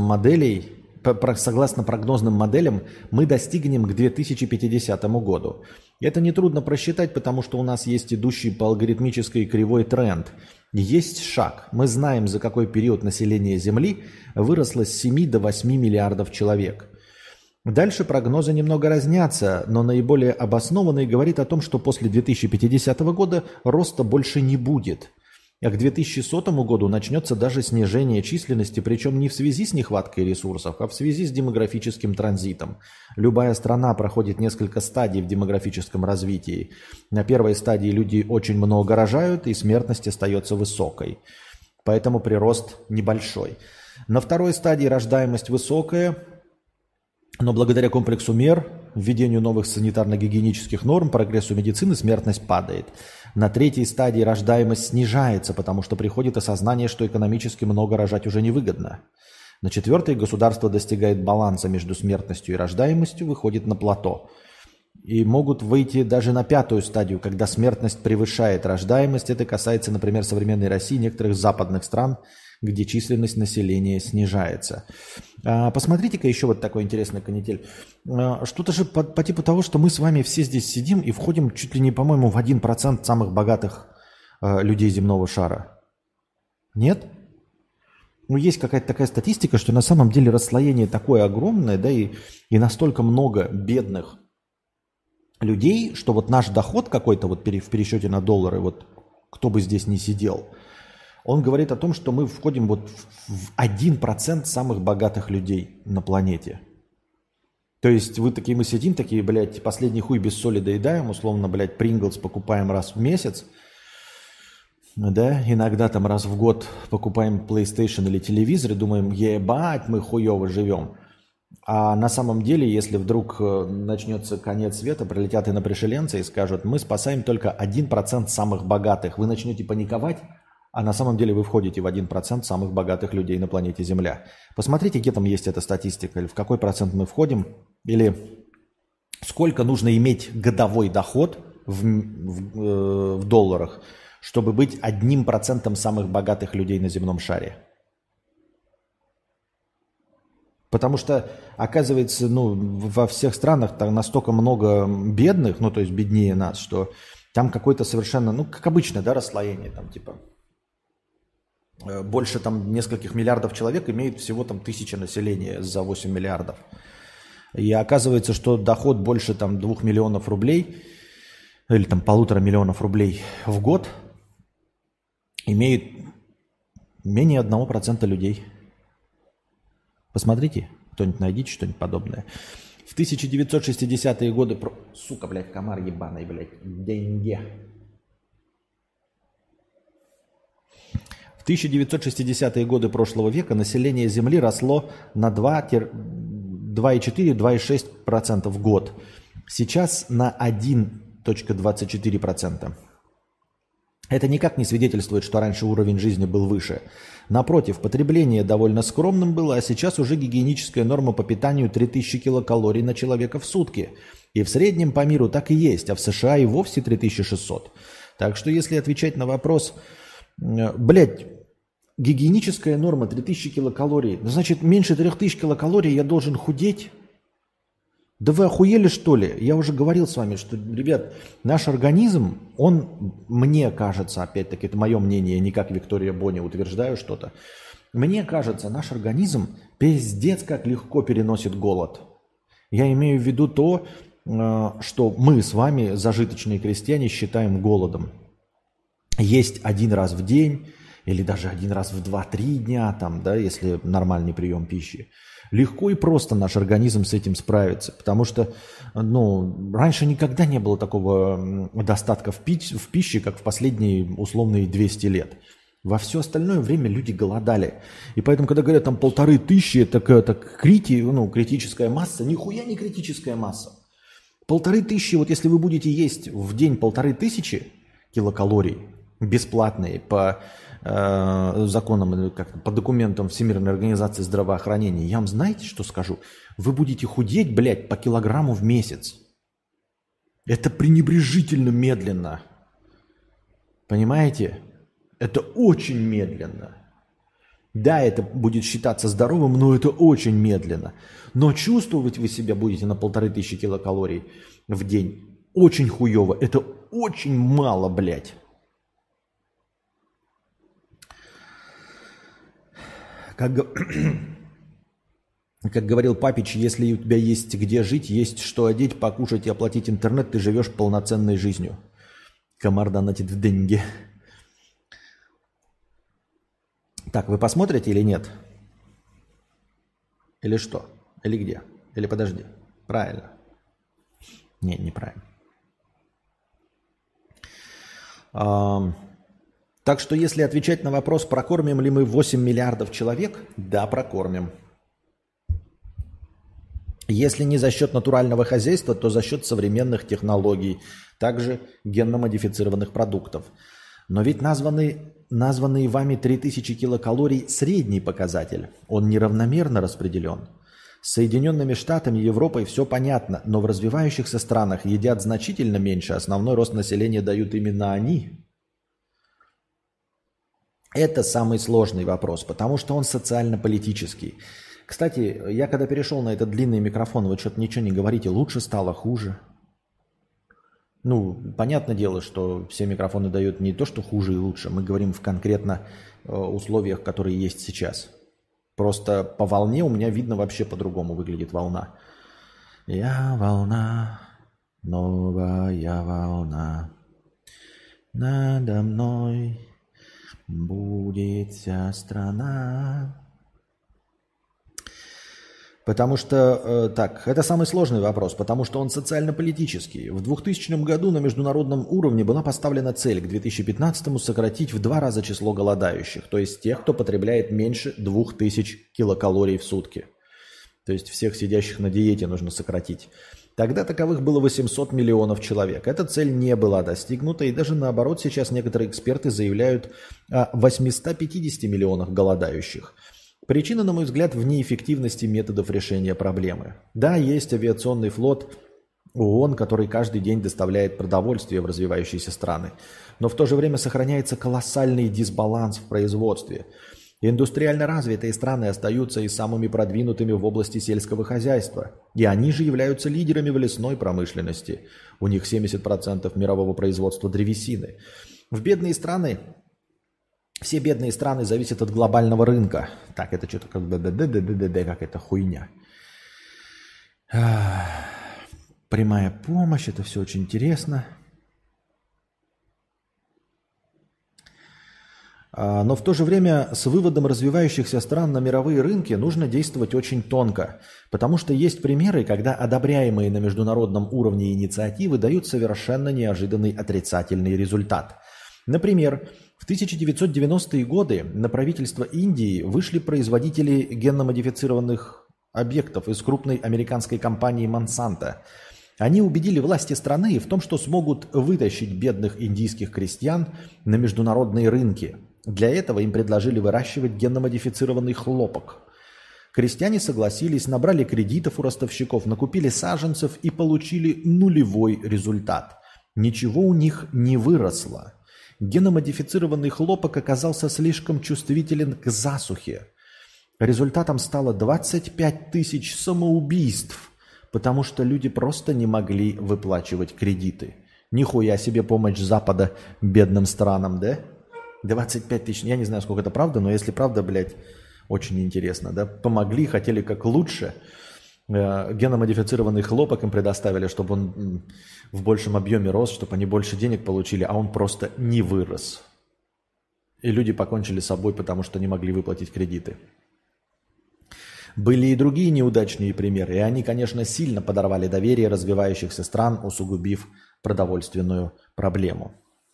моделям, мы достигнем к 2050 году. Это нетрудно просчитать, потому что у нас есть идущий по алгоритмической кривой тренд. Есть шаг. Мы знаем, за какой период население Земли выросло с 7 до 8 миллиардов человек. Дальше прогнозы немного разнятся, но наиболее обоснованный говорит о том, что после 2050 года роста больше не будет. А к 2100 году начнется даже снижение численности, причем не в связи с нехваткой ресурсов, а в связи с демографическим транзитом. Любая страна проходит несколько стадий в демографическом развитии. На первой стадии люди очень много рожают, и смертность остается высокой. Поэтому прирост небольшой. На второй стадии рождаемость высокая, но благодаря комплексу мер, введению новых санитарно-гигиенических норм, прогрессу медицины смертность падает. На третьей стадии рождаемость снижается, потому что приходит осознание, что экономически много рожать уже невыгодно. На четвертой государство достигает баланса между смертностью и рождаемостью, выходит на плато. И могут выйти даже на пятую стадию, когда смертность превышает рождаемость. Это касается, например, современной России, некоторых западных стран, где численность населения снижается. Посмотрите-ка еще вот такой интересный канитель. Что-то же по типу того, что мы с вами все здесь сидим и входим чуть ли не, по-моему, в 1% самых богатых людей земного шара. Нет? Ну, есть какая-то такая статистика, что на самом деле расслоение такое огромное, да, и настолько много бедных людей, что вот наш доход какой-то вот в пересчете на доллары, вот кто бы здесь ни сидел, он говорит о том, что мы входим вот в 1% самых богатых людей на планете. То есть вы такие, мы сидим такие, блядь, последний хуй без соли доедаем, условно, блядь, Принглс покупаем раз в месяц, да, иногда там раз в год покупаем PlayStation или телевизор и думаем, ебать, мы хуево живем. А на самом деле, если вдруг начнется конец света, прилетят инопришеленцы и скажут, мы спасаем только 1% самых богатых, вы начнете паниковать, а на самом деле вы входите в 1% самых богатых людей на планете Земля. Посмотрите, где там есть эта статистика, или в какой процент мы входим, или сколько нужно иметь годовой доход в долларах, чтобы быть 1% самых богатых людей на земном шаре. Потому что, оказывается, во всех странах там настолько много бедных, то есть беднее нас, что там какое-то совершенно, как обычно, да, расслоение, там типа больше там нескольких миллиардов человек имеет всего там 1000 населения за 8 миллиардов. И оказывается, что доход больше там 2 миллионов рублей или там 1,5 миллиона рублей в год имеет менее 1% людей. Посмотрите, кто-нибудь найдите что-нибудь подобное. В 1960-е годы... Сука, блядь, комар ебаный, блядь, деньги. В 1960-е годы прошлого века население Земли росло на 2,4-2,6% в год. Сейчас на 1,24%. Это никак не свидетельствует, что раньше уровень жизни был выше. Напротив, потребление довольно скромным было, а сейчас уже гигиеническая норма по питанию 3000 килокалорий на человека в сутки. И в среднем по миру так и есть, а в США и вовсе 3600. Так что если отвечать на вопрос, блядь, гигиеническая норма 3000 килокалорий, значит меньше 3000 килокалорий я должен худеть? Да вы охуели, что ли? Я уже говорил с вами, что, ребят, наш организм, он, мне кажется, опять-таки, это мое мнение, не как Виктория Бони утверждаю что-то, мне кажется, наш организм пиздец как легко переносит голод. Я имею в виду то, что мы с вами, зажиточные крестьяне, считаем голодом. Есть один раз в день или даже один раз в 2-3 дня, там, да, если нормальный прием пищи. Легко и просто наш организм с этим справится, потому что раньше никогда не было такого достатка в пище, как в последние условные 200 лет. Во все остальное время люди голодали. И поэтому, когда говорят там 1500, это критическая масса, нихуя не критическая масса. 1500, вот если вы будете есть в день 1500 килокалорий, бесплатные по законам, по документам Всемирной организации здравоохранения, я вам знаете, что скажу? Вы будете худеть, блядь, по килограмму в месяц. Это пренебрежительно медленно. Понимаете? Это очень медленно. Да, это будет считаться здоровым, но это очень медленно. Но чувствовать вы себя будете на 1500 килокалорий в день очень хуево. Это очень мало, блядь. Как, как говорил Папич, если у тебя есть где жить, есть что одеть, покушать и оплатить интернет, ты живешь полноценной жизнью. Комар донатит в деньги. Так, вы посмотрите или нет? Или что? Или где? Или подожди. Правильно. Не, неправильно. Так что если отвечать на вопрос, прокормим ли мы 8 миллиардов человек, да, прокормим. Если не за счет натурального хозяйства, то за счет современных технологий, также генно-модифицированных продуктов. Но ведь названные вами 3000 килокалорий – средний показатель. Он неравномерно распределен. С Соединенными Штатами и Европой все понятно, но в развивающихся странах едят значительно меньше, основной рост населения дают именно они. Это самый сложный вопрос, потому что он социально-политический. Кстати, я когда перешел на этот длинный микрофон, вы что-то ничего не говорите, лучше стало, хуже. Ну, понятное дело, что все микрофоны дают не то, что хуже и лучше. Мы говорим в конкретно условиях, которые есть сейчас. Просто по волне у меня видно вообще по-другому выглядит волна. Я волна, новая волна, надо мной будет вся страна. Потому что, так, это самый сложный вопрос, потому что он социально-политический. В 2000 году на международном уровне была поставлена цель к 2015 сократить в 2 раза число голодающих, то есть тех, кто потребляет меньше 2000 килокалорий в сутки. То есть всех сидящих на диете нужно сократить. Тогда таковых было 800 миллионов человек. Эта цель не была достигнута, и даже наоборот сейчас некоторые эксперты заявляют о 850 миллионах голодающих. Причина, на мой взгляд, в неэффективности методов решения проблемы. Да, есть авиационный флот ООН, который каждый день доставляет продовольствие в развивающиеся страны. Но в то же время сохраняется колоссальный дисбаланс в производстве. Индустриально развитые страны остаются и самыми продвинутыми в области сельского хозяйства. И они же являются лидерами в лесной промышленности. У них 70% мирового производства древесины. В бедные страны... Все бедные страны зависят от глобального рынка. Так, это что-то как какая-то хуйня. Прямая помощь, это все очень интересно. Но в то же время с выводом развивающихся стран на мировые рынки нужно действовать очень тонко. Потому что есть примеры, когда одобряемые на международном уровне инициативы дают совершенно неожиданный отрицательный результат. Например, в 1990-е годы на правительство Индии вышли производители генно-модифицированных объектов из крупной американской компании Monsanto. Они убедили власти страны в том, что смогут вытащить бедных индийских крестьян на международные рынки. Для этого им предложили выращивать генно-модифицированный хлопок. Крестьяне согласились, набрали кредитов у ростовщиков, накупили саженцев и получили нулевой результат. Ничего у них не выросло. Геномодифицированный хлопок оказался слишком чувствителен к засухе. Результатом стало 25 тысяч самоубийств, потому что люди просто не могли выплачивать кредиты. Нихуя себе помощь Запада бедным странам, да? 25 тысяч, я не знаю, сколько это правда, но если правда, блядь, очень интересно, да? Помогли, хотели как лучше. Геномодифицированный хлопок им предоставили, чтобы он в большем объеме рос, чтобы они больше денег получили, а он просто не вырос. И люди покончили с собой, потому что не могли выплатить кредиты. Были и другие неудачные примеры, и они, конечно, сильно подорвали доверие развивающихся стран, усугубив продовольственную проблему.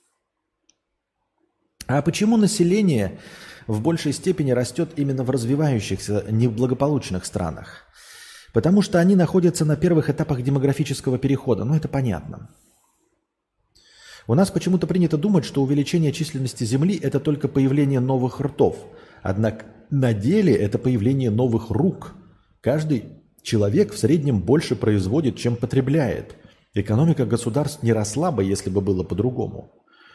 А почему население в большей степени растет именно в развивающихся, неблагополучных странах? Потому что они находятся на первых этапах демографического перехода. Ну, это понятно. У нас почему-то принято думать, что увеличение численности Земли – это только появление новых ртов. Однако на деле это появление новых рук. Каждый человек в среднем больше производит, чем потребляет. Экономика государств не росла бы, если бы было по-другому.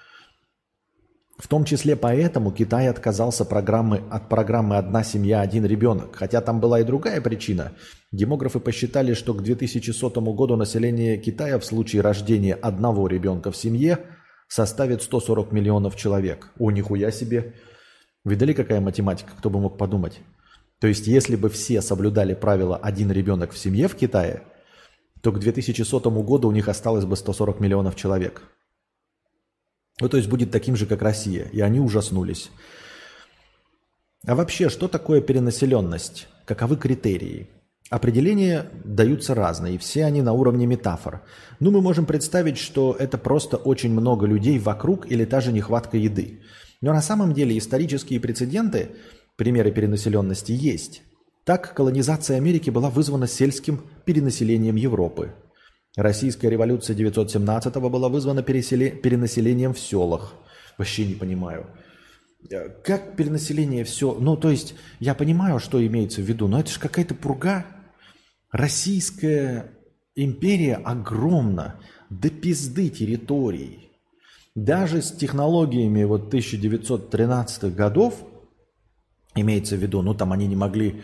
В том числе поэтому Китай отказался от программы «Одна семья, один ребенок». Хотя там была и другая причина. Демографы посчитали, что к 2100 году население Китая в случае рождения одного ребенка в семье составит 140 миллионов человек. О, нихуя себе! Видали, какая математика? Кто бы мог подумать? То есть, если бы все соблюдали правило «один ребенок в семье» в Китае, то к 2100 году у них осталось бы 140 миллионов человек. Ну, то есть, будет таким же, как Россия. И они ужаснулись. А вообще, что такое перенаселенность? Каковы критерии? Определения даются разные, и все они на уровне метафор. Ну, мы можем представить, что это просто очень много людей вокруг или та же нехватка еды. Но на самом деле исторические прецеденты, примеры перенаселенности есть. Так, колонизация Америки была вызвана сельским перенаселением Европы. Российская революция 917-го была вызвана перенаселением в селах. Вообще не понимаю. Как перенаселение все... Ну, то есть, я понимаю, что имеется в виду, но это же какая-то пурга. Российская империя огромна, до пизды территорий. Даже с технологиями вот 1913-х годов, имеется в виду, ну там они не могли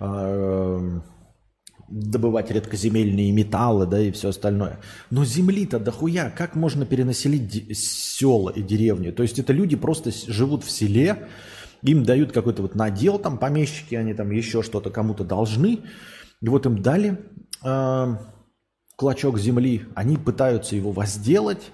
добывать редкоземельные металлы, да, и все остальное. Но земли-то дохуя, как можно перенаселить села и деревни? То есть это люди просто живут в селе, им дают какой-то вот надел, там помещики, они там еще что-то кому-то должны, и вот им дали клочок земли, они пытаются его возделать,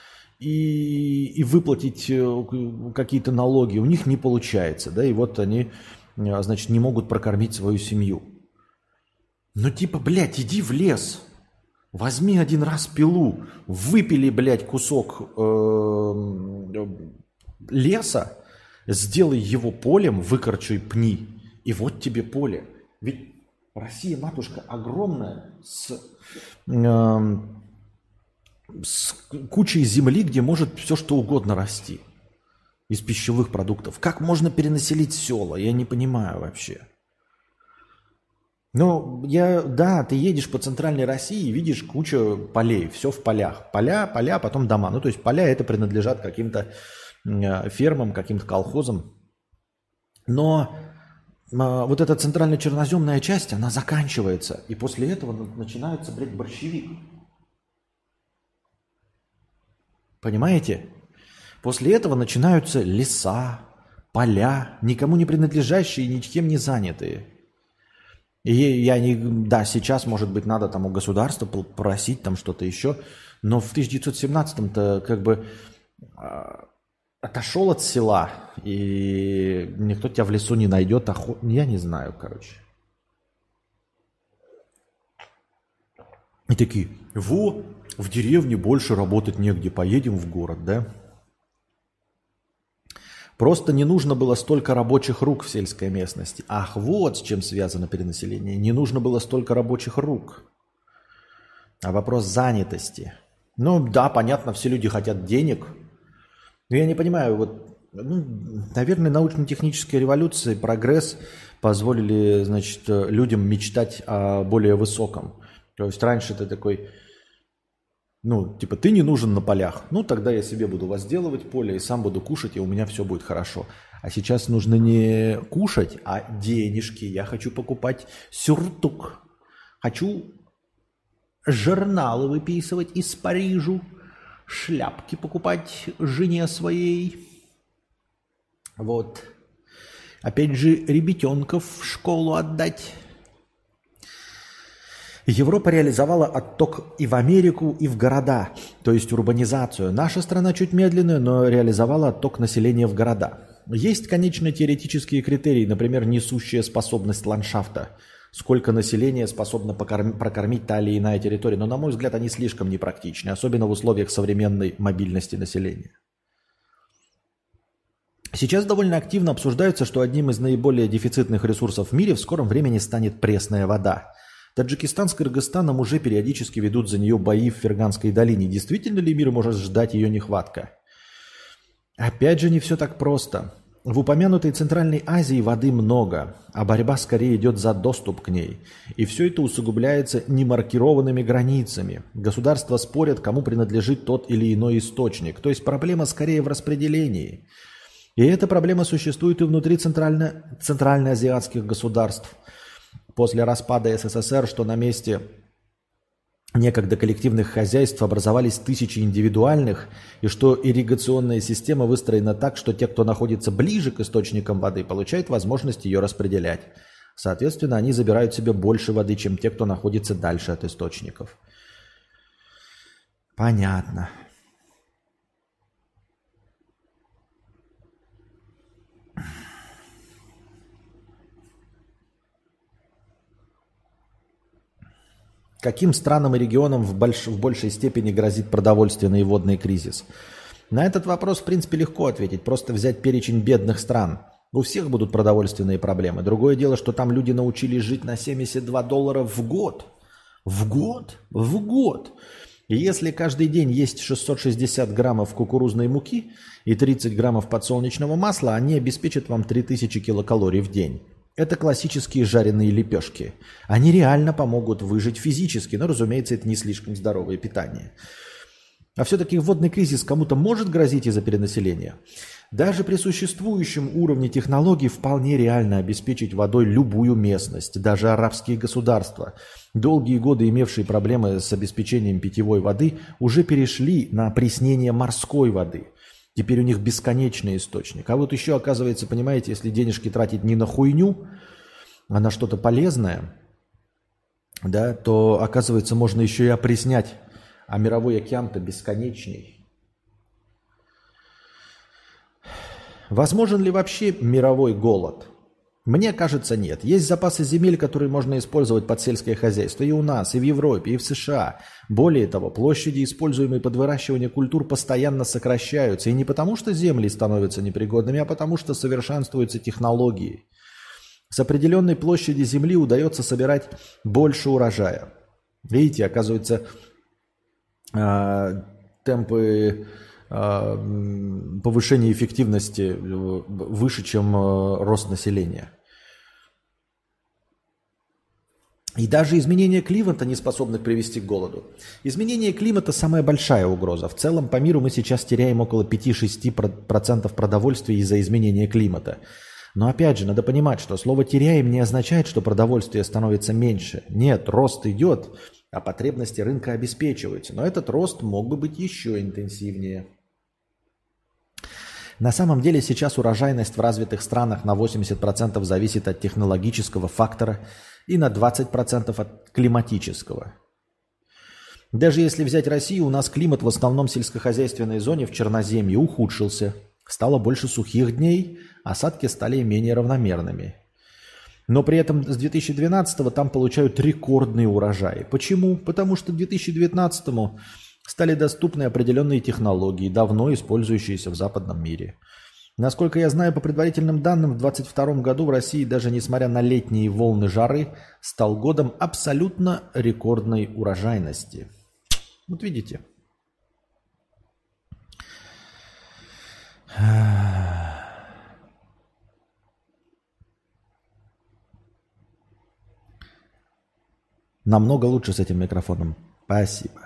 и выплатить какие-то налоги у них не получается, да, и вот они, значит, не могут прокормить свою семью. Ну типа, блядь, иди в лес, возьми один раз пилу, выпили, блядь, кусок леса, сделай его полем, выкорчуй пни, и вот тебе поле. Ведь Россия, матушка, огромная, с кучей земли, где может все что угодно расти из пищевых продуктов. Как можно перенаселить села? Я не понимаю вообще. Ну, да, ты едешь по центральной России и видишь кучу полей, все в полях. Поля, потом дома. Ну, то есть поля это принадлежат каким-то фермам, каким-то колхозам. Но вот эта центрально-черноземная часть, она заканчивается. И после этого начинается, блядь, борщевик. Понимаете? После этого начинаются леса, поля, никому не принадлежащие, никем не занятые. И я не... Да, сейчас, может быть, надо там у государства просить там что-то еще, но в 1917-м-то как бы отошел от села, и никто тебя в лесу не найдет. Я не знаю, короче. И такие, в деревне больше работать негде, поедем в город, да? Просто не нужно было столько рабочих рук в сельской местности. Ах, вот с чем связано перенаселение. Не нужно было столько рабочих рук. А вопрос занятости. Ну да, понятно, все люди хотят денег. Но я не понимаю, вот, наверное, научно-техническая революция и прогресс позволили, значит, людям мечтать о более высоком. То есть раньше ты такой... Ну, типа, ты не нужен на полях. Ну, тогда я себе буду возделывать поле и сам буду кушать, и у меня все будет хорошо. А сейчас нужно не кушать, а денежки. Я хочу покупать сюртук. Хочу журналы выписывать из Парижа, шляпки покупать жене своей. Вот. Опять же, ребятенков в школу отдать. Европа реализовала отток и в Америку, и в города, то есть урбанизацию. Наша страна чуть медленная, но реализовала отток населения в города. Есть, конечно, теоретические критерии, например, несущая способность ландшафта. Сколько населения способно прокормить та или иная территория. Но, на мой взгляд, они слишком непрактичны, особенно в условиях современной мобильности населения. Сейчас довольно активно обсуждается, что одним из наиболее дефицитных ресурсов в мире в скором времени станет пресная вода. Таджикистан с Кыргызстаном уже периодически ведут за нее бои в Ферганской долине. Действительно ли мир может ждать ее нехватка? Опять же, не все так просто. В упомянутой Центральной Азии воды много, а борьба скорее идет за доступ к ней. И все это усугубляется немаркированными границами. Государства спорят, кому принадлежит тот или иной источник. То есть проблема скорее в распределении. И эта проблема существует и внутри центральноазиатских государств. После распада СССР, что на месте некогда коллективных хозяйств образовались тысячи индивидуальных, и что ирригационная система выстроена так, что те, кто находится ближе к источникам воды, получают возможность ее распределять. Соответственно, они забирают себе больше воды, чем те, кто находится дальше от источников. Понятно. Каким странам и регионам в большей степени грозит продовольственный и водный кризис? На этот вопрос, в принципе, легко ответить. Просто взять перечень бедных стран. У всех будут продовольственные проблемы. Другое дело, что там люди научились жить на $72 в год. В год? В год. И если каждый день есть 660 граммов кукурузной муки и 30 граммов подсолнечного масла, они обеспечат вам 3000 килокалорий в день. Это классические жареные лепешки. Они реально помогут выжить физически, но, разумеется, это не слишком здоровое питание. А все-таки водный кризис кому-то может грозить из-за перенаселения? Даже при существующем уровне технологий вполне реально обеспечить водой любую местность, даже арабские государства, долгие годы имевшие проблемы с обеспечением питьевой воды, уже перешли на опреснение морской воды. Теперь у них бесконечный источник. А вот еще, оказывается, понимаете, если денежки тратить не на хуйню, а на что-то полезное, да, то, оказывается, можно еще и опреснять. А мировой океан-то бесконечный. Возможен ли вообще мировой голод? Мне кажется, нет. Есть запасы земель, которые можно использовать под сельское хозяйство и у нас, и в Европе, и в США. Более того, площади, используемые под выращивание культур, постоянно сокращаются. И не потому, что земли становятся непригодными, а потому, что совершенствуются технологии. С определенной площади земли удается собирать больше урожая. Видите, оказывается, темпы повышения эффективности выше, чем рост населения. И даже изменения климата не способны привести к голоду. Изменение климата – самая большая угроза. В целом по миру мы сейчас теряем около 5-6% продовольствия из-за изменения климата. Но опять же, надо понимать, что слово «теряем» не означает, что продовольствия становится меньше. Нет, рост идет, а потребности рынка обеспечиваются. Но этот рост мог бы быть еще интенсивнее. На самом деле сейчас урожайность в развитых странах на 80% зависит от технологического фактора и на 20% от климатического. Даже если взять Россию, у нас климат в основном сельскохозяйственной зоне в Черноземье ухудшился. Стало больше сухих дней, осадки стали менее равномерными. Но при этом с 2012-го там получают рекордные урожаи. Почему? Потому что к 2019-му стали доступны определенные технологии, давно использующиеся в западном мире. Насколько я знаю, по предварительным данным, в 2022 году в России, даже несмотря на летние волны жары, стал годом абсолютно рекордной урожайности. Вот видите. Намного лучше с этим микрофоном. Спасибо.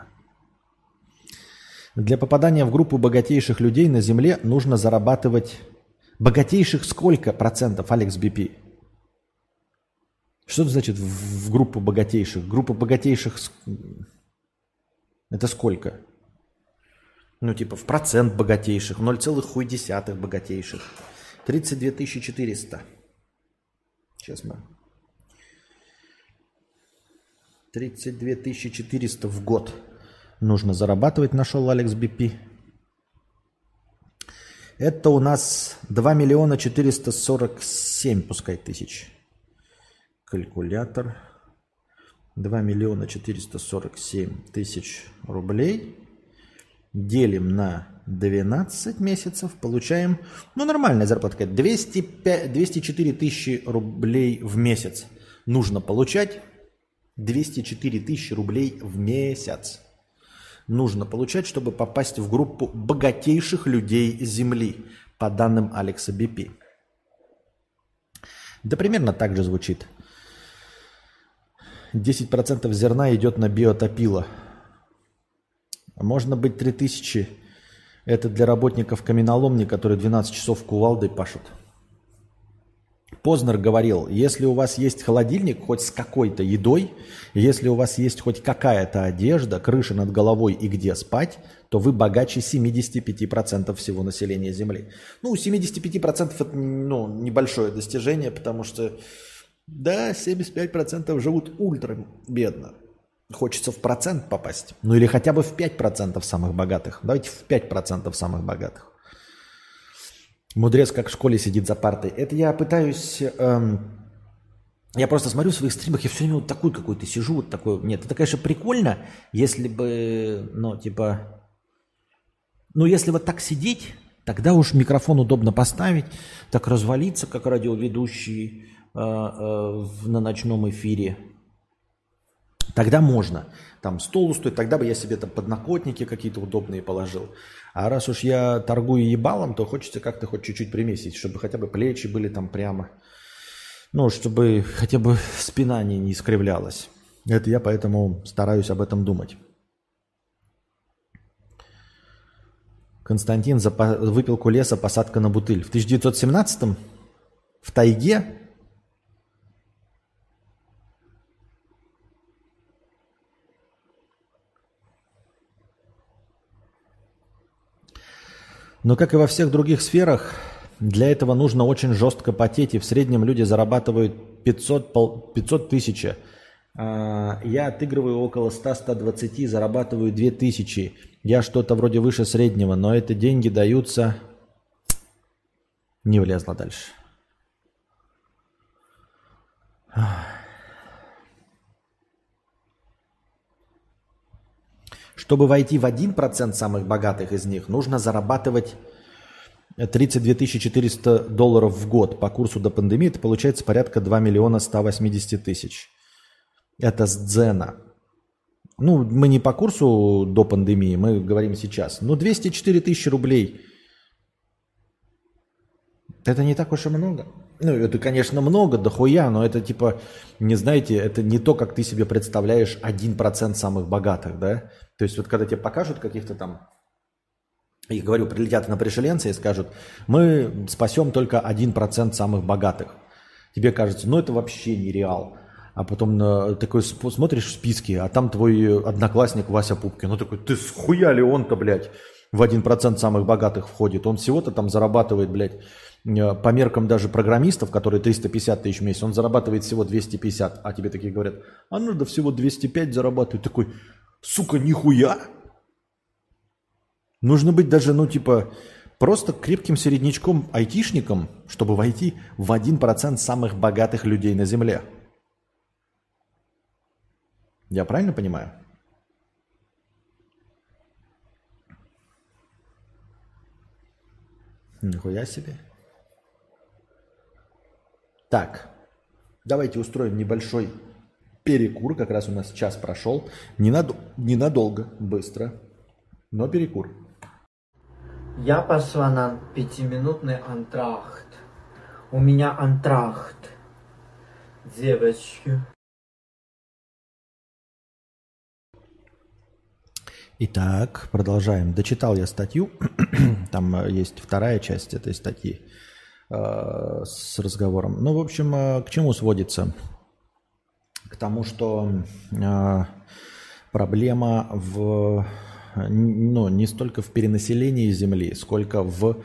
Для попадания в группу богатейших людей на Земле нужно зарабатывать... Богатейших сколько процентов, Алекс БП? Что это значит в группу богатейших? Группа богатейших... Это сколько? Ну, типа в процент богатейших. 0,1 богатейших. 32 400. Сейчас мы... 32 400 в год нужно зарабатывать, нашел Алекс БП. Это у нас 2 миллиона 447, пускай, тысяч. Калькулятор. 2 миллиона 447 тысяч рублей. Делим на 12 месяцев. Получаем, ну, нормальная зарплата. 204 тысячи рублей в месяц нужно получать. 204 тысячи рублей в месяц нужно получать, чтобы попасть в группу богатейших людей Земли, по данным Алекса БП. Да примерно так же звучит. 10% зерна идет на биотопило. Можно быть 3000. Это для работников каменоломни, которые 12 часов кувалдой пашут. Познер говорил, если у вас есть холодильник хоть с какой-то едой, если у вас есть хоть какая-то одежда, крыша над головой и где спать, то вы богаче 75% всего населения Земли. Ну, 75% это небольшое достижение, потому что, да, 75% живут ультра бедно. Хочется в процент попасть. Ну или хотя бы в 5% самых богатых. Давайте в 5% самых богатых. Мудрец как в школе сидит за партой. Это я пытаюсь... я просто смотрю в своих стримах, я все время вот такой какой-то сижу, вот такой... Нет, это, конечно, прикольно, если бы, если вот так сидеть, тогда уж микрофон удобно поставить, так развалиться, как радиоведущий на ночном эфире. Тогда можно. Там стол устроить, тогда бы я себе там подлокотники какие-то удобные положил. А раз уж я торгую ебалом, то хочется как-то хоть чуть-чуть примесить, чтобы хотя бы плечи были там прямо. Ну, чтобы хотя бы спина не искривлялась. Это я поэтому стараюсь об этом думать. Константин, за выпилку леса, посадка на бутыль. В 1917-м? В тайге? Но, как и во всех других сферах, для этого нужно очень жестко потеть, и в среднем люди зарабатывают 500 тысяч. Я отыгрываю около 100-120, зарабатываю 2000. Я что-то вроде выше среднего, но это деньги даются... Не влезла дальше. Чтобы войти в 1% самых богатых из них, нужно зарабатывать 32 400 долларов в год. По курсу до пандемии это получается порядка 2 миллиона 180 тысяч. Это с дзена. Ну, мы не по курсу до пандемии, мы говорим сейчас. Ну, 204 тысячи рублей. Это не так уж и много. Ну, это, конечно, много, дохуя, но это типа, не знаете, это не то, как ты себе представляешь 1% самых богатых, да? То есть вот когда тебе покажут каких-то там, я говорю, прилетят на пришеленцы и скажут, мы спасем только 1% самых богатых. Тебе кажется, ну это вообще нереал. А потом такой смотришь в списке, а там твой одноклассник Вася Пупкин. Ну такой, ты схуя ли он-то, блядь, в 1% самых богатых входит? Он всего-то там зарабатывает, блядь, по меркам даже программистов, которые 350 тысяч в месяц, он зарабатывает всего 250. А тебе такие говорят, а нужно всего 205 зарабатывать. Такой, сука, нихуя. Нужно быть даже, просто крепким середнячком, айтишником, чтобы войти в 1% самых богатых людей на Земле. Я правильно понимаю? Нихуя себе. Так, давайте устроим небольшой перекур. Как раз у нас час прошел. Ненадолго, быстро, но перекур. Я пошла на 5-минутный антрахт. У меня антрахт. Девочки. Итак, продолжаем. Дочитал я статью. Там есть вторая часть этой статьи с разговором. Ну, в общем, к чему сводится? К тому, что проблема не столько в перенаселении Земли, сколько в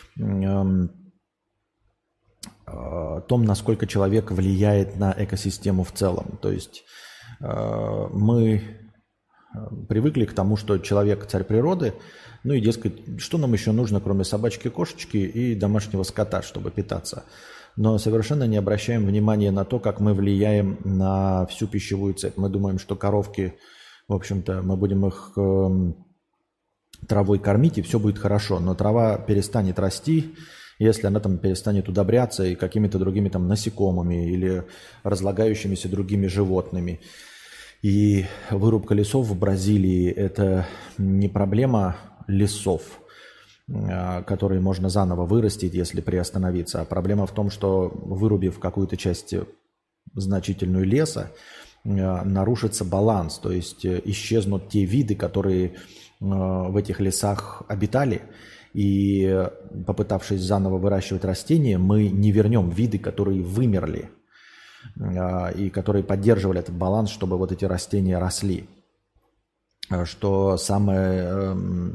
том, насколько человек влияет на экосистему в целом. То есть мы привыкли к тому, что человек царь природы, ну и, дескать, что нам еще нужно, кроме собачки, кошечки и домашнего скота, чтобы питаться. Но совершенно не обращаем внимания на то, как мы влияем на всю пищевую цепь. Мы думаем, что коровки, в общем-то, мы будем их травой кормить, и все будет хорошо. Но трава перестанет расти, если она там перестанет удобряться и какими-то другими там насекомыми или разлагающимися другими животными. И вырубка лесов в Бразилии – это не проблема лесов, которые можно заново вырастить, если приостановиться. А проблема в том, что, вырубив какую-то часть значительную леса, нарушится баланс, то есть исчезнут те виды, которые в этих лесах обитали, И попытавшись заново выращивать растения, мы не вернем виды, которые вымерли и которые поддерживали этот баланс, чтобы вот эти растения росли. Что самое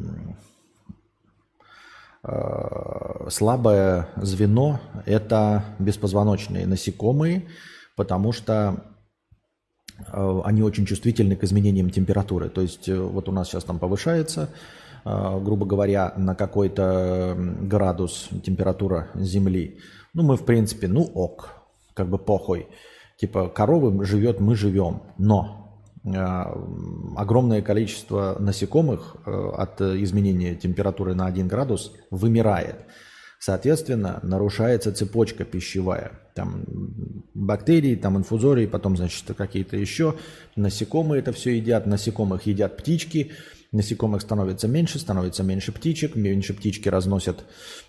слабое звено – это беспозвоночные насекомые, потому что они очень чувствительны к изменениям температуры. То есть вот у нас сейчас там повышается, грубо говоря, на какой-то градус температура Земли. Ну, мы, в принципе, ну ок, как бы похуй. Типа коровы живет, мы живем. Но огромное количество насекомых от изменения температуры на 1 градус вымирает. Соответственно, нарушается цепочка пищевая. Там бактерии, там инфузории, потом, значит, какие-то еще. Насекомые это все едят. Насекомых едят птички. Насекомых становится меньше птичек. Меньше птички разносят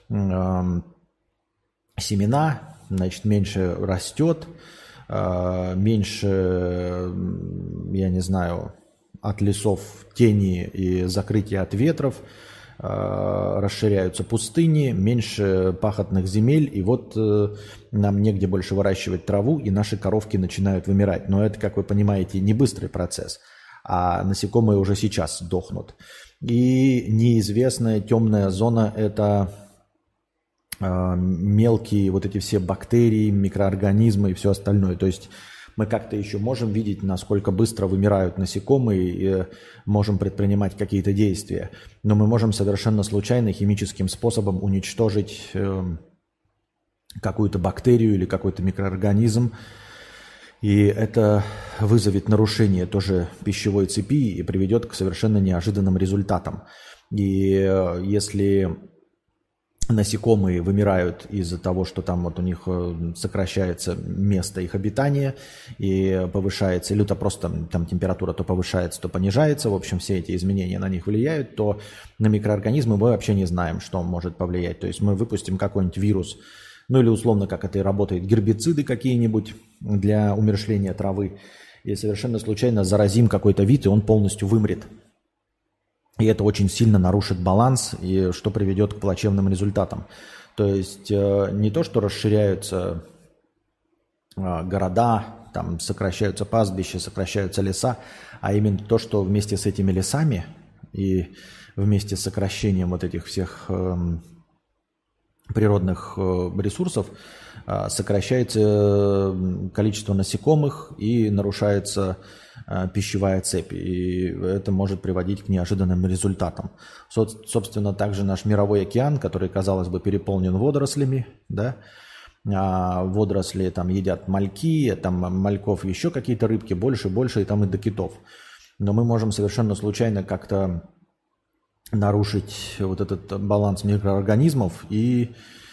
семена, значит, меньше растет. Меньше, я не знаю, от лесов тени и закрытия от ветров, расширяются пустыни, меньше пахотных земель, и вот нам негде больше выращивать траву, и наши коровки начинают вымирать. Но это, как вы понимаете, не быстрый процесс, а насекомые уже сейчас дохнут. И неизвестная темная зона – это мелкие вот эти все бактерии, микроорганизмы и все остальное. То есть мы как-то еще можем видеть, насколько быстро вымирают насекомые, и можем предпринимать какие-то действия. Но мы можем совершенно случайно химическим способом уничтожить какую-то бактерию или какой-то микроорганизм. И это вызовет нарушение тоже пищевой цепи и приведет к совершенно неожиданным результатам. И если насекомые вымирают из-за того, что там вот у них сокращается место их обитания и повышается, или то просто там температура то повышается, то понижается, в общем, все эти изменения на них влияют, то на микроорганизмы мы вообще не знаем, что может повлиять. То есть мы выпустим какой-нибудь вирус, ну или условно, как это и работает, гербициды какие-нибудь для умерщвления травы, и совершенно случайно заразим какой-то вид, и он полностью вымрет. И это очень сильно нарушит баланс, и что приведет к плачевным результатам. То есть не то, что расширяются города, там сокращаются пастбища, сокращаются леса, а именно то, что вместе с этими лесами и вместе с сокращением вот этих всех природных ресурсов сокращается количество насекомых и нарушается пищевая цепь. И это может приводить к неожиданным результатам. Собственно, также наш мировой океан, который, казалось бы, переполнен водорослями, да, а водоросли там едят мальки, там мальков еще какие-то рыбки, больше, и там и до китов. Но мы можем совершенно случайно как-то нарушить вот этот баланс микроорганизмов и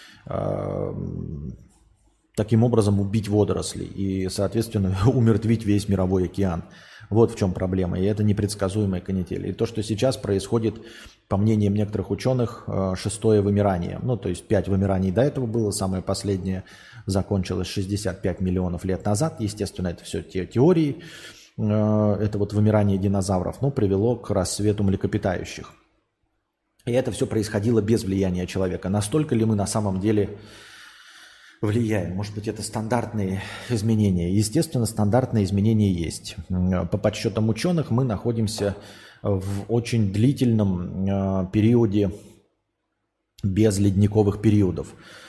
таким образом убить водоросли и, соответственно, умертвить весь мировой океан. Вот в чем проблема. И это непредсказуемая канитель. И то, что сейчас происходит, по мнениям некоторых ученых, 6-е вымирание. Ну, то есть 5 вымираний до этого было. Самое последнее закончилось 65 миллионов лет назад. Естественно, это все теории. Это вот вымирание динозавров, но привело к рассвету млекопитающих. И это все происходило без влияния человека. Настолько ли мы на самом деле влияем? Может быть, это стандартные изменения? Естественно, стандартные изменения есть. По подсчетам ученых мы находимся в очень длительном периоде без ледниковых периодов.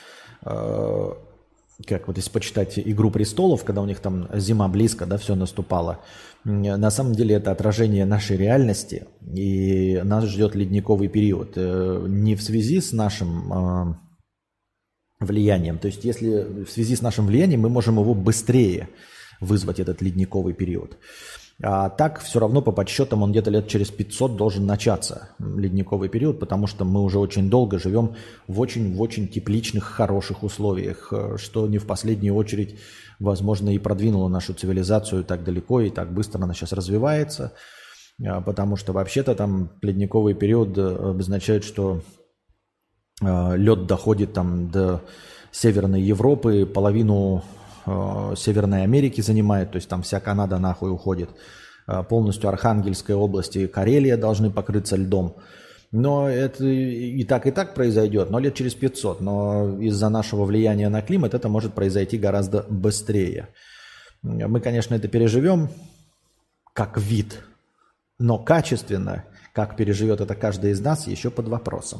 Как вот если почитать «Игру престолов», когда у них там зима близко, да, все наступало. На самом деле это отражение нашей реальности, и нас ждет ледниковый период. Не в связи с нашим влиянием, то есть если в связи с нашим влиянием мы можем его быстрее вызвать, этот ледниковый период. А так все равно по подсчетам он где-то лет через 500 должен начаться, ледниковый период, потому что мы уже очень долго живем в очень тепличных, хороших условиях, что не в последнюю очередь, возможно, и продвинуло нашу цивилизацию так далеко и так быстро она сейчас развивается, потому что вообще-то там ледниковый период обозначает, что лед доходит там до Северной Европы, половину Северной Америки занимает, то есть там вся Канада нахуй уходит. Полностью Архангельская область и Карелия должны покрыться льдом. Но это и так произойдет, но лет через 500. Но из-за нашего влияния на климат это может произойти гораздо быстрее. Мы, конечно, это переживем как вид, но качественно, как переживет это каждый из нас, еще под вопросом.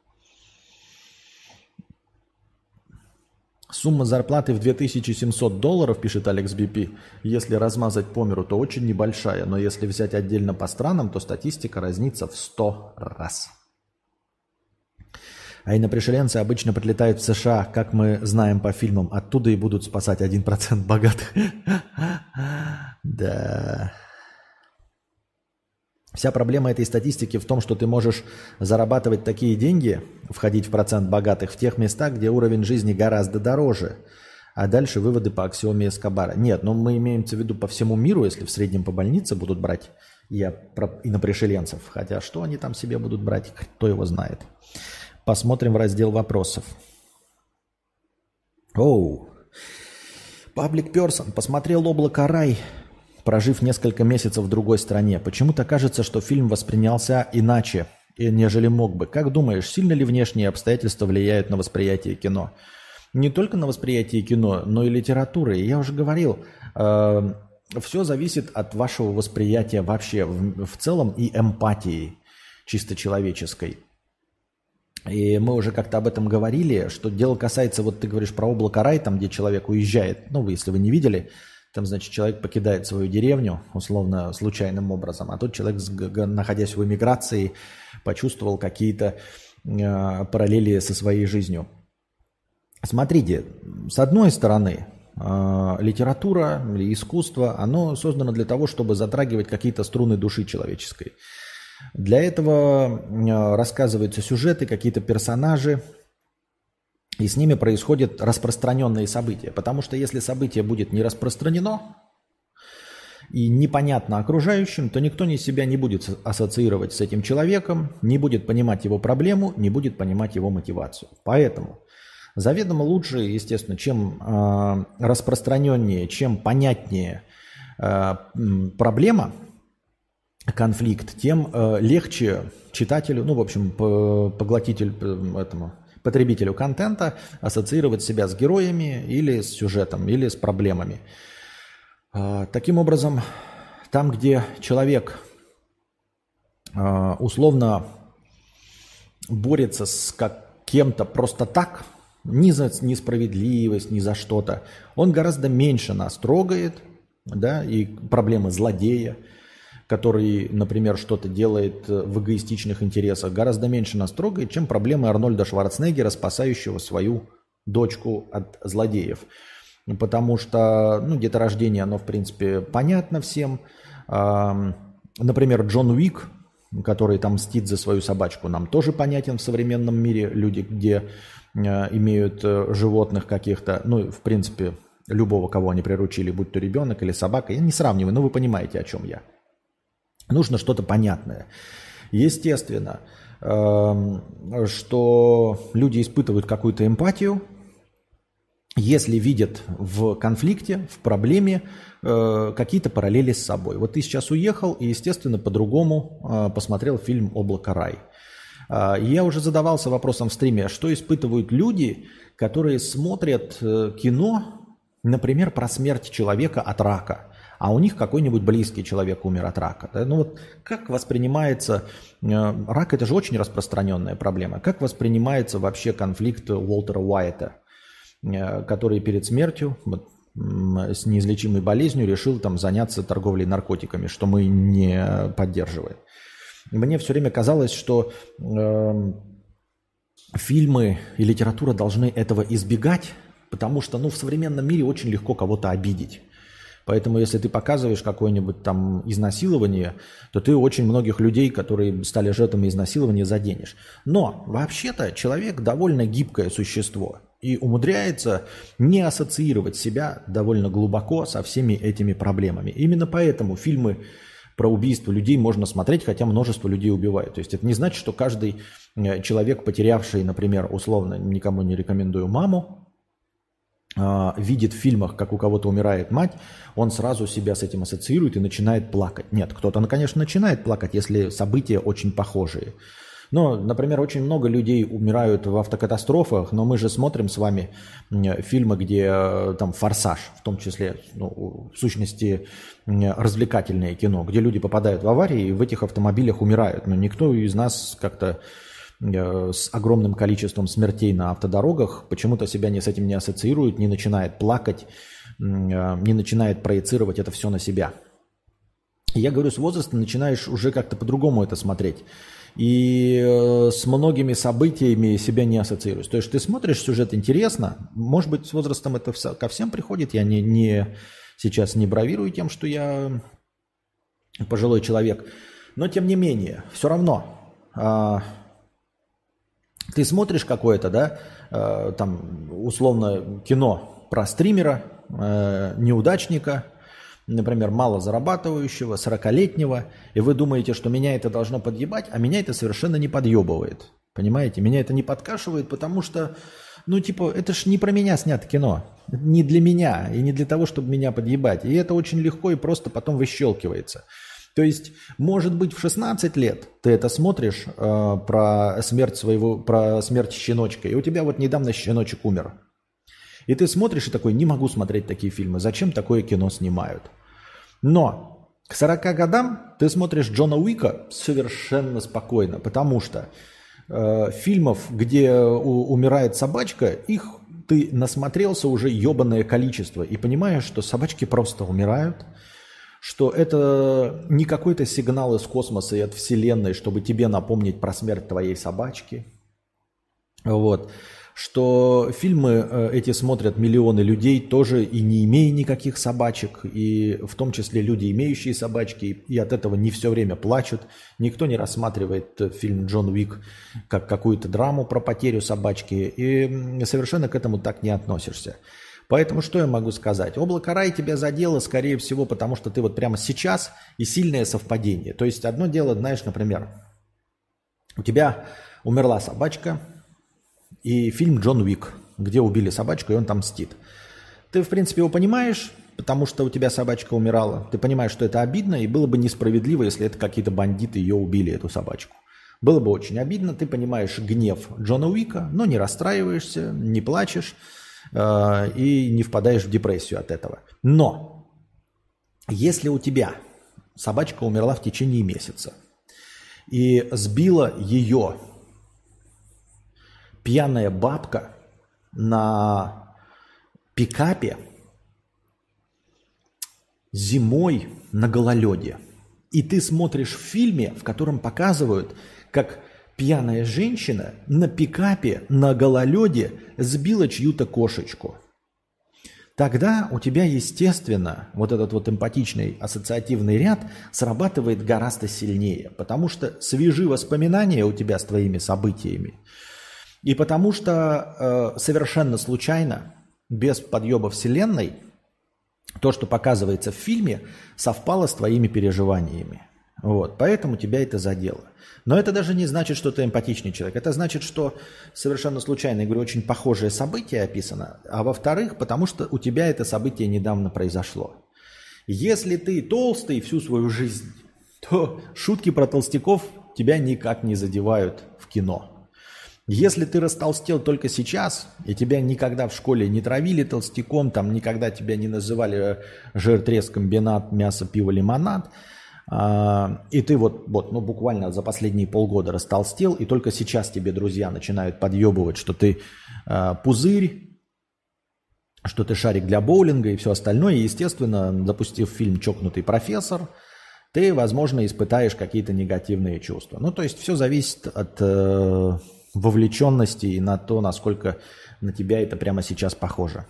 Сумма зарплаты в $2700, пишет Алекс БП, если размазать по миру, то очень небольшая, но если взять отдельно по странам, то статистика разнится в 100 раз. А инопришеленцы обычно прилетают в США, как мы знаем по фильмам, оттуда и будут спасать 1% богатых. Да. Вся проблема этой статистики в том, что ты можешь зарабатывать такие деньги, входить в процент богатых в тех местах, где уровень жизни гораздо дороже. А дальше выводы по аксиоме Эскобара. Нет, но мы имеем в виду по всему миру, если в среднем по больнице будут брать, я про инопришеленцев. Хотя что они там себе будут брать, кто его знает. Посмотрим в раздел вопросов. Оу. Public Person посмотрел «Облако рай», прожив несколько месяцев в другой стране. Почему-то кажется, что фильм воспринялся иначе, нежели мог бы. Как думаешь, сильно ли внешние обстоятельства влияют на восприятие кино? Не только на восприятие кино, но и литературы. Я уже говорил, все зависит от вашего восприятия вообще в целом и эмпатии чисто человеческой. И мы уже как-то об этом говорили, что дело касается, вот ты говоришь про «Облако рай», там, где человек уезжает, ну, если вы не видели, там, значит, человек покидает свою деревню, условно, случайным образом, а тот человек, находясь в эмиграции, почувствовал какие-то параллели со своей жизнью. Смотрите, с одной стороны, литература или искусство, оно создано для того, чтобы затрагивать какие-то струны души человеческой. Для этого рассказываются сюжеты, какие-то персонажи, и с ними происходят распространенные события. Потому что если событие будет не распространено и непонятно окружающим, то никто себя не будет ассоциировать с этим человеком, не будет понимать его проблему, не будет понимать его мотивацию. Поэтому заведомо лучше, естественно, чем распространеннее, чем понятнее проблема, конфликт, тем легче читателю, ну, в общем, потребителю контента ассоциировать себя с героями или с сюжетом, или с проблемами. Таким образом, там, где человек условно борется с кем-то просто так, ни за несправедливость, ни за что-то, он гораздо меньше нас трогает, да, и проблемы злодея, который, например, что-то делает в эгоистичных интересах, гораздо меньше нас трогает, чем проблемы Арнольда Шварценеггера, спасающего свою дочку от злодеев. Потому что, ну, деторождение, оно, в принципе, понятно всем. Например, Джон Уик, который там мстит за свою собачку, нам тоже понятен в современном мире. Люди, где имеют животных каких-то, ну, в принципе, любого, кого они приручили, будь то ребенок или собака, я не сравниваю, но вы понимаете, о чем я. Нужно что-то понятное. Естественно, что люди испытывают какую-то эмпатию, если видят в конфликте, в проблеме какие-то параллели с собой. Вот ты сейчас уехал и, естественно, по-другому посмотрел фильм «Облако рай». Я уже задавался вопросом в стриме, что испытывают люди, которые смотрят кино, например, про смерть человека от рака, а у них какой-нибудь близкий человек умер от рака. Да? Ну вот как воспринимается... Рак – это же очень распространенная проблема. Как воспринимается вообще конфликт Уолтера Уайта, который перед смертью с неизлечимой болезнью решил там заняться торговлей наркотиками, что мы не поддерживаем. Мне все время казалось, что фильмы и литература должны этого избегать, потому что, ну, в современном мире очень легко кого-то обидеть. Поэтому, если ты показываешь какое-нибудь там изнасилование, то ты очень многих людей, которые стали жертвами изнасилования, заденешь. Но вообще-то человек довольно гибкое существо и умудряется не ассоциировать себя довольно глубоко со всеми этими проблемами. Именно поэтому фильмы про убийство людей можно смотреть, хотя множество людей убивают. То есть это не значит, что каждый человек, потерявший, например, условно, никому не рекомендую маму, видит в фильмах, как у кого-то умирает мать, он сразу себя с этим ассоциирует и начинает плакать. Нет, кто-то, конечно, начинает плакать, если события очень похожие. Но, например, очень много людей умирают в автокатастрофах, но мы же смотрим с вами фильмы, где там «Форсаж», в том числе, ну, в сущности, развлекательное кино, где люди попадают в аварии и в этих автомобилях умирают. Но никто из нас как-то с огромным количеством смертей на автодорогах почему-то себя с этим не ассоциирует, не начинает плакать, не начинает проецировать это все на себя. Я говорю, с возраста начинаешь уже как-то по-другому это смотреть. И с многими событиями себя не ассоциируешь. То есть ты смотришь сюжет интересно, может быть, с возрастом это ко всем приходит, я сейчас не бравирую тем, что я пожилой человек, но тем не менее, все равно ты смотришь какое-то, да, там условно кино про стримера, неудачника, например, мало зарабатывающего, 40-летнего, и вы думаете, что меня это должно подъебать, а меня это совершенно не подъебывает. Понимаете? Меня это не подкашивает, потому что, ну, типа, это ж не про меня снято кино. Не для меня и не для того, чтобы меня подъебать. И это очень легко и просто потом выщелкивается. То есть, может быть, в 16 лет ты это смотришь про смерть щеночка, и у тебя вот недавно щеночек умер. И ты смотришь и такой, не могу смотреть такие фильмы, зачем такое кино снимают? Но к 40 годам ты смотришь Джона Уика совершенно спокойно, потому что фильмов, где умирает собачка, их ты насмотрелся уже ебаное количество и понимаешь, что собачки просто умирают, что это не какой-то сигнал из космоса и от Вселенной, чтобы тебе напомнить про смерть твоей собачки. Вот. Что фильмы эти смотрят миллионы людей, тоже и не имея никаких собачек, и в том числе люди, имеющие собачки, и от этого не все время плачут. Никто не рассматривает фильм «Джон Уик» как какую-то драму про потерю собачки, и совершенно к этому так не относишься. Поэтому что я могу сказать? «Облако рай» тебя задело, скорее всего, потому что ты вот прямо сейчас и сильное совпадение. То есть одно дело, знаешь, например, у тебя умерла собачка, и фильм «Джон Уик», где убили собачку, и он там мстит. Ты, в принципе, его понимаешь, потому что у тебя собачка умирала. Ты понимаешь, что это обидно, и было бы несправедливо, если это какие-то бандиты ее убили, эту собачку. Было бы очень обидно. Ты понимаешь гнев Джона Уика, но не расстраиваешься, не плачешь и не впадаешь в депрессию от этого. Но если у тебя собачка умерла в течение месяца, и сбила ее пьяная бабка на пикапе зимой на гололеде. И ты смотришь в фильме, в котором показывают, как пьяная женщина на пикапе на гололеде сбила чью-то кошечку. Тогда у тебя, естественно, вот этот вот эмпатичный ассоциативный ряд срабатывает гораздо сильнее, потому что свежи воспоминания у тебя с твоими событиями. И потому что совершенно случайно, без подъеба вселенной, то, что показывается в фильме, совпало с твоими переживаниями. Вот, поэтому тебя это задело. Но это даже не значит, что ты эмпатичный человек. Это значит, что совершенно случайно, я говорю, очень похожее событие описано. А во-вторых, потому что у тебя это событие недавно произошло. Если ты толстый всю свою жизнь, то шутки про толстяков тебя никак не задевают в кино. Если ты растолстел только сейчас, и тебя никогда в школе не травили толстяком, там никогда тебя не называли жир-трескомбинат, мясо, пиво, лимонад, и ты вот, ну, буквально за последние полгода растолстел, и только сейчас тебе друзья начинают подъебывать, что ты пузырь, что ты шарик для боулинга и все остальное. И, естественно, запустив фильм «Чокнутый профессор», ты, возможно, испытаешь какие-то негативные чувства. Ну, то есть все зависит от вовлеченности и на то, насколько на тебя это прямо сейчас похоже.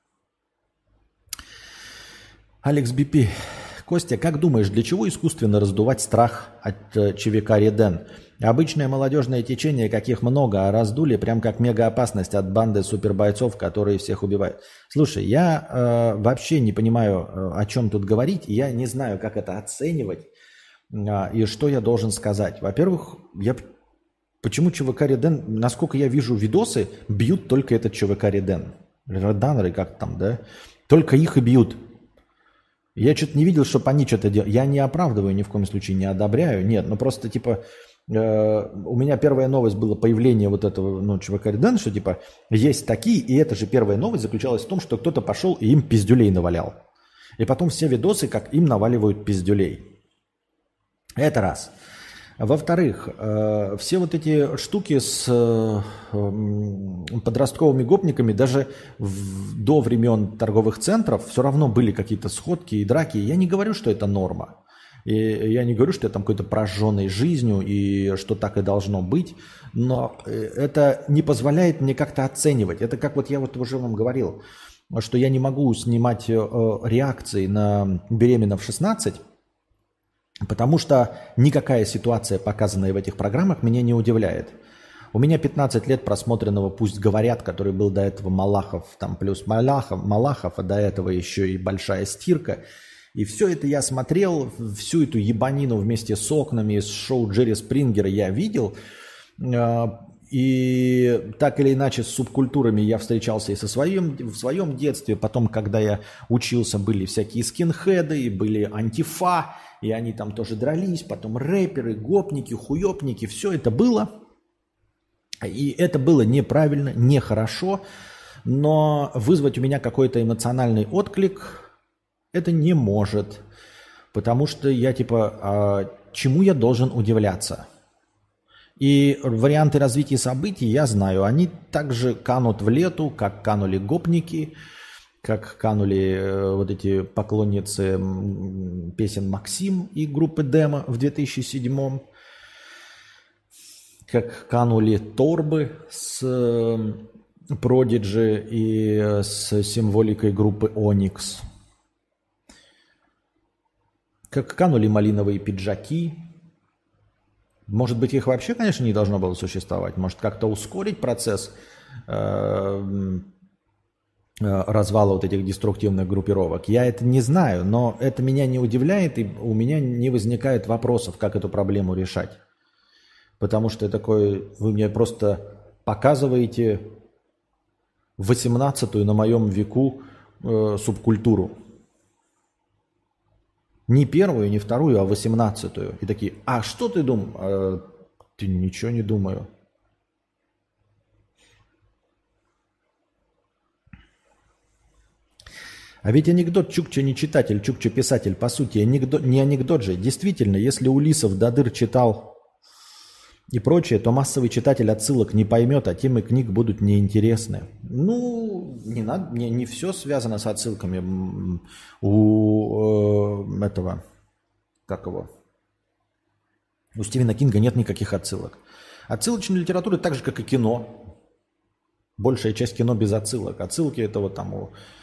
Алекс Бипи. Костя, как думаешь, для чего искусственно раздувать страх от ЧВК «Реден»? Обычное молодежное течение, каких много, а раздули прям как мегаопасность от банды супербойцов, которые всех убивают. Слушай, я вообще не понимаю, о чем тут говорить, я не знаю, как это оценивать и что я должен сказать. Во-первых, почему ЧВК «Реден», насколько я вижу видосы, бьют только этот ЧВК «Реден». Реданеры как там, да? Только их и бьют. Я что-то не видел, чтобы они что-то делали. Я не оправдываю, ни в коем случае не одобряю. Нет, ну просто типа У меня первая новость была появление вот этого, ну, чувака Редена, что типа есть такие, и эта же первая новость заключалась в том, что кто-то пошел и им пиздюлей навалял. И потом все видосы, как им наваливают пиздюлей. Это раз. Во-вторых, все вот эти штуки с подростковыми гопниками даже до времен торговых центров все равно были какие-то сходки и драки. Я не говорю, что это норма. И я не говорю, что я там какой-то прожженной жизнью и что так и должно быть, но это не позволяет мне как-то оценивать. Это как вот я вот уже вам говорил, что я не могу снимать реакции на беременна в 16, потому что никакая ситуация, показанная в этих программах, меня не удивляет. У меня 15 лет просмотренного «Пусть говорят», который был до этого Малахов, там плюс Малахов, а до этого еще и «Большая стирка». И все это я смотрел, всю эту ебанину вместе с окнами, с шоу Джерри Спрингера я видел. И так или иначе с субкультурами я встречался и в своем детстве. Потом, когда я учился, были всякие скинхеды, и были антифа, и они там тоже дрались. Потом рэперы, гопники, хуёпники. Все это было. И это было неправильно, нехорошо. Но вызвать у меня какой-то эмоциональный отклик это не может. Потому что я типа, чему я должен удивляться? И варианты развития событий я знаю. Они также канут в лету, как канули гопники, как канули вот эти поклонницы песен Максим и группы Демо в 2007-м, как канули торбы с Prodigy и с символикой группы Onyx, как канули малиновые пиджаки. Может быть, их вообще, конечно, не должно было существовать. Может, как-то ускорить процесс развала вот этих деструктивных группировок. Я это не знаю, но это меня не удивляет, и у меня не возникает вопросов, как эту проблему решать. Потому что такой, вы мне просто показываете 18-ю на моем веку субкультуру. Не первую, не вторую, а 18-ю. И такие, а что ты думаешь? Ты ничего не думаю. А ведь анекдот Чукча не читатель, Чукча писатель. По сути, анекдот, не анекдот же. Действительно, если Улисов до дыр читал и прочее, то массовый читатель отсылок не поймет, а темы книг будут неинтересны. Ну, не надо, не все связано с отсылками. У этого, как его, у Стивена Кинга нет никаких отсылок. Отсылочной литературы так же, как и кино. Большая часть кино без отсылок. Отсылки это вот там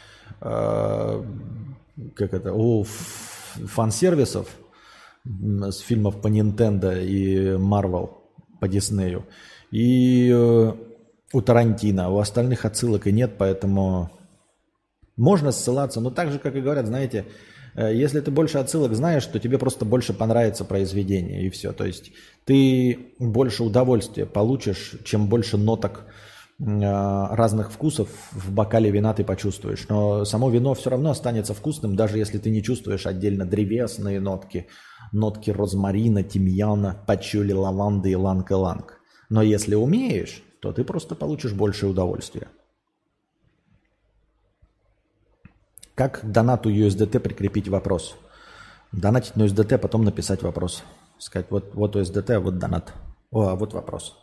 у фан-сервисов с фильмов по Nintendo и Marvel по Диснею. И у Тарантино. У остальных отсылок и нет, поэтому можно ссылаться. Но так же, как и говорят, знаете, если ты больше отсылок знаешь, то тебе просто больше понравится произведение, и все. То есть ты больше удовольствия получишь, чем больше ноток разных вкусов в бокале вина ты почувствуешь. Но само вино все равно останется вкусным, даже если ты не чувствуешь отдельно древесные нотки, нотки розмарина, тимьяна, пачули, лаванды и ланг-иланг. Но если умеешь, то ты просто получишь большее удовольствие. Как к донату USDT прикрепить вопрос? Донатить на USDT, потом написать вопрос. Сказать, вот USDT, а вот донат. А вот вопрос.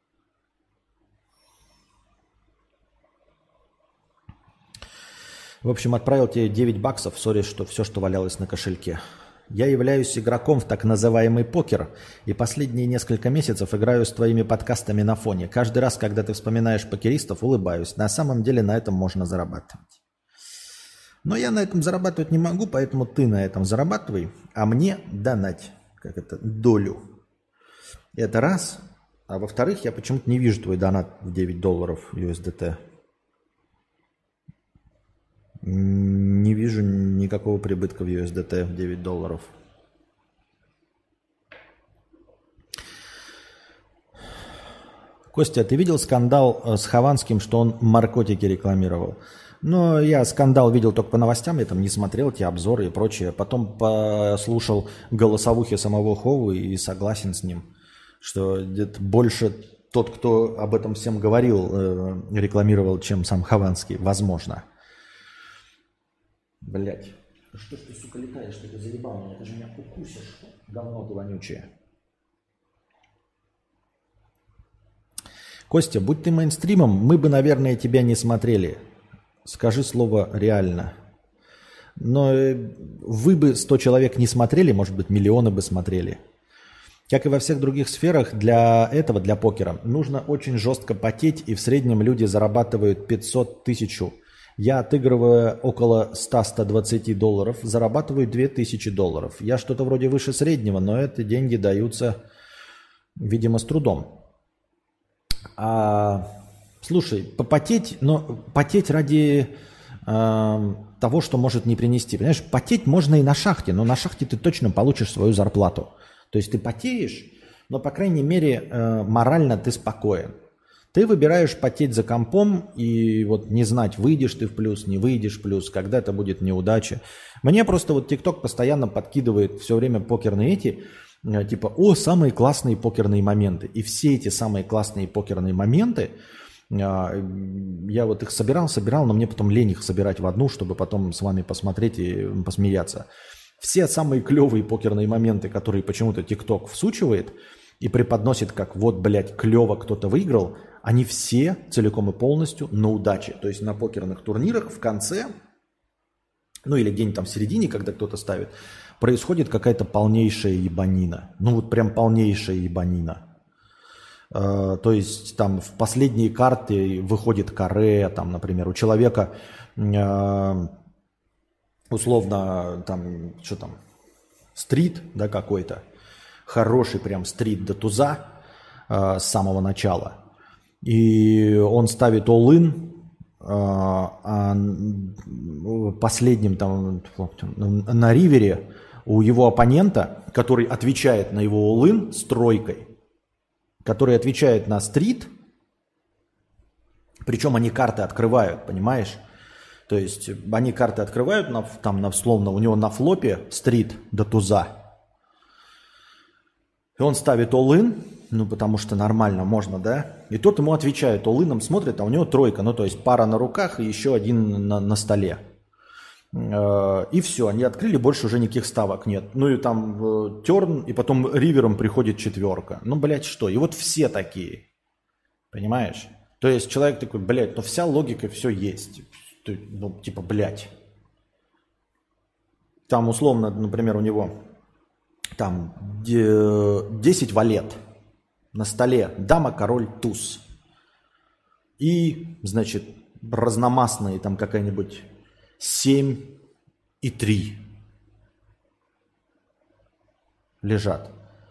В общем, отправил тебе 9 баксов, сори, что все, что валялось на кошельке. Я являюсь игроком в так называемый покер, и последние несколько месяцев играю с твоими подкастами на фоне. Каждый раз, когда ты вспоминаешь покеристов, улыбаюсь. На самом деле на этом можно зарабатывать. Но я на этом зарабатывать не могу, поэтому ты на этом зарабатывай, а мне донать, долю. Это раз. А во-вторых, я почему-то не вижу твой донат в $9 USDT. Не вижу никакого прибытка в USDT в $9. Костя, ты видел скандал с Хованским, что он наркотики рекламировал? Ну, я скандал видел только по новостям, я там не смотрел эти обзоры и прочее. Потом послушал голосовухи самого Ховы и согласен с ним, Что где-то больше тот, кто об этом всем говорил, рекламировал, чем сам Хованский. Возможно. Блять. Что ж ты, сука, летаешь? Что ты заебал меня? Ты же меня укусишь. Говно ты вонючее. Костя, будь ты мейнстримом, мы бы, наверное, тебя не смотрели. Скажи слово «реально». Но вы бы 100 человек не смотрели, может быть, миллионы бы смотрели. Как и во всех других сферах, для этого, для покера, нужно очень жестко потеть, и в среднем люди зарабатывают 500-1000. Я, отыгрывая около 100-120 долларов, зарабатываю 2000 долларов. Я что-то вроде выше среднего, но эти деньги даются, видимо, с трудом. Слушай, попотеть, но потеть ради того, что может не принести. Понимаешь, потеть можно и на шахте, но на шахте ты точно получишь свою зарплату. То есть ты потеешь, но, по крайней мере, морально ты спокоен. Ты выбираешь потеть за компом и вот не знать, выйдешь ты в плюс, не выйдешь в плюс, когда это будет неудача. Мне просто вот TikTok постоянно подкидывает все время покерные эти, типа, самые классные покерные моменты. И все эти самые классные покерные моменты, я вот их собирал, но мне потом лень их собирать в одну, чтобы потом с вами посмотреть и посмеяться. Все самые клевые покерные моменты, которые почему-то TikTok всучивает и преподносит как вот, блядь, клево кто-то выиграл, они все целиком и полностью на удаче. То есть на покерных турнирах в конце, ну или где-нибудь там в середине, когда кто-то ставит, происходит какая-то полнейшая ебанина. Ну вот прям полнейшая ебанина. То есть там в последние карты выходит каре, там, например, у человека условно там, что там, стрит, да, какой-то, хороший прям стрит до туза с самого начала. И он ставит all-in, последним там на ривере у его оппонента, который отвечает на его all-in с тройкой, который отвечает на стрит, причем они карты открывают, понимаешь? То есть они карты открывают, словно у него на флопе стрит до туза. И он ставит all-in, ну потому что нормально можно, да? И тот ему отвечает all-in, смотрит, а у него тройка, ну то есть пара на руках и еще один на столе. И все, они открыли, больше уже никаких ставок нет. Ну и там терн, и потом ривером приходит четверка. Ну, блядь, что? И вот все такие. Понимаешь? То есть человек такой, блядь, ну вся логика, все есть. Ну, типа, блядь. Там условно, например, у него там 10 валет. На столе дама, король, туз. И, значит, разномастные там какая-нибудь 7 и 3 лежат.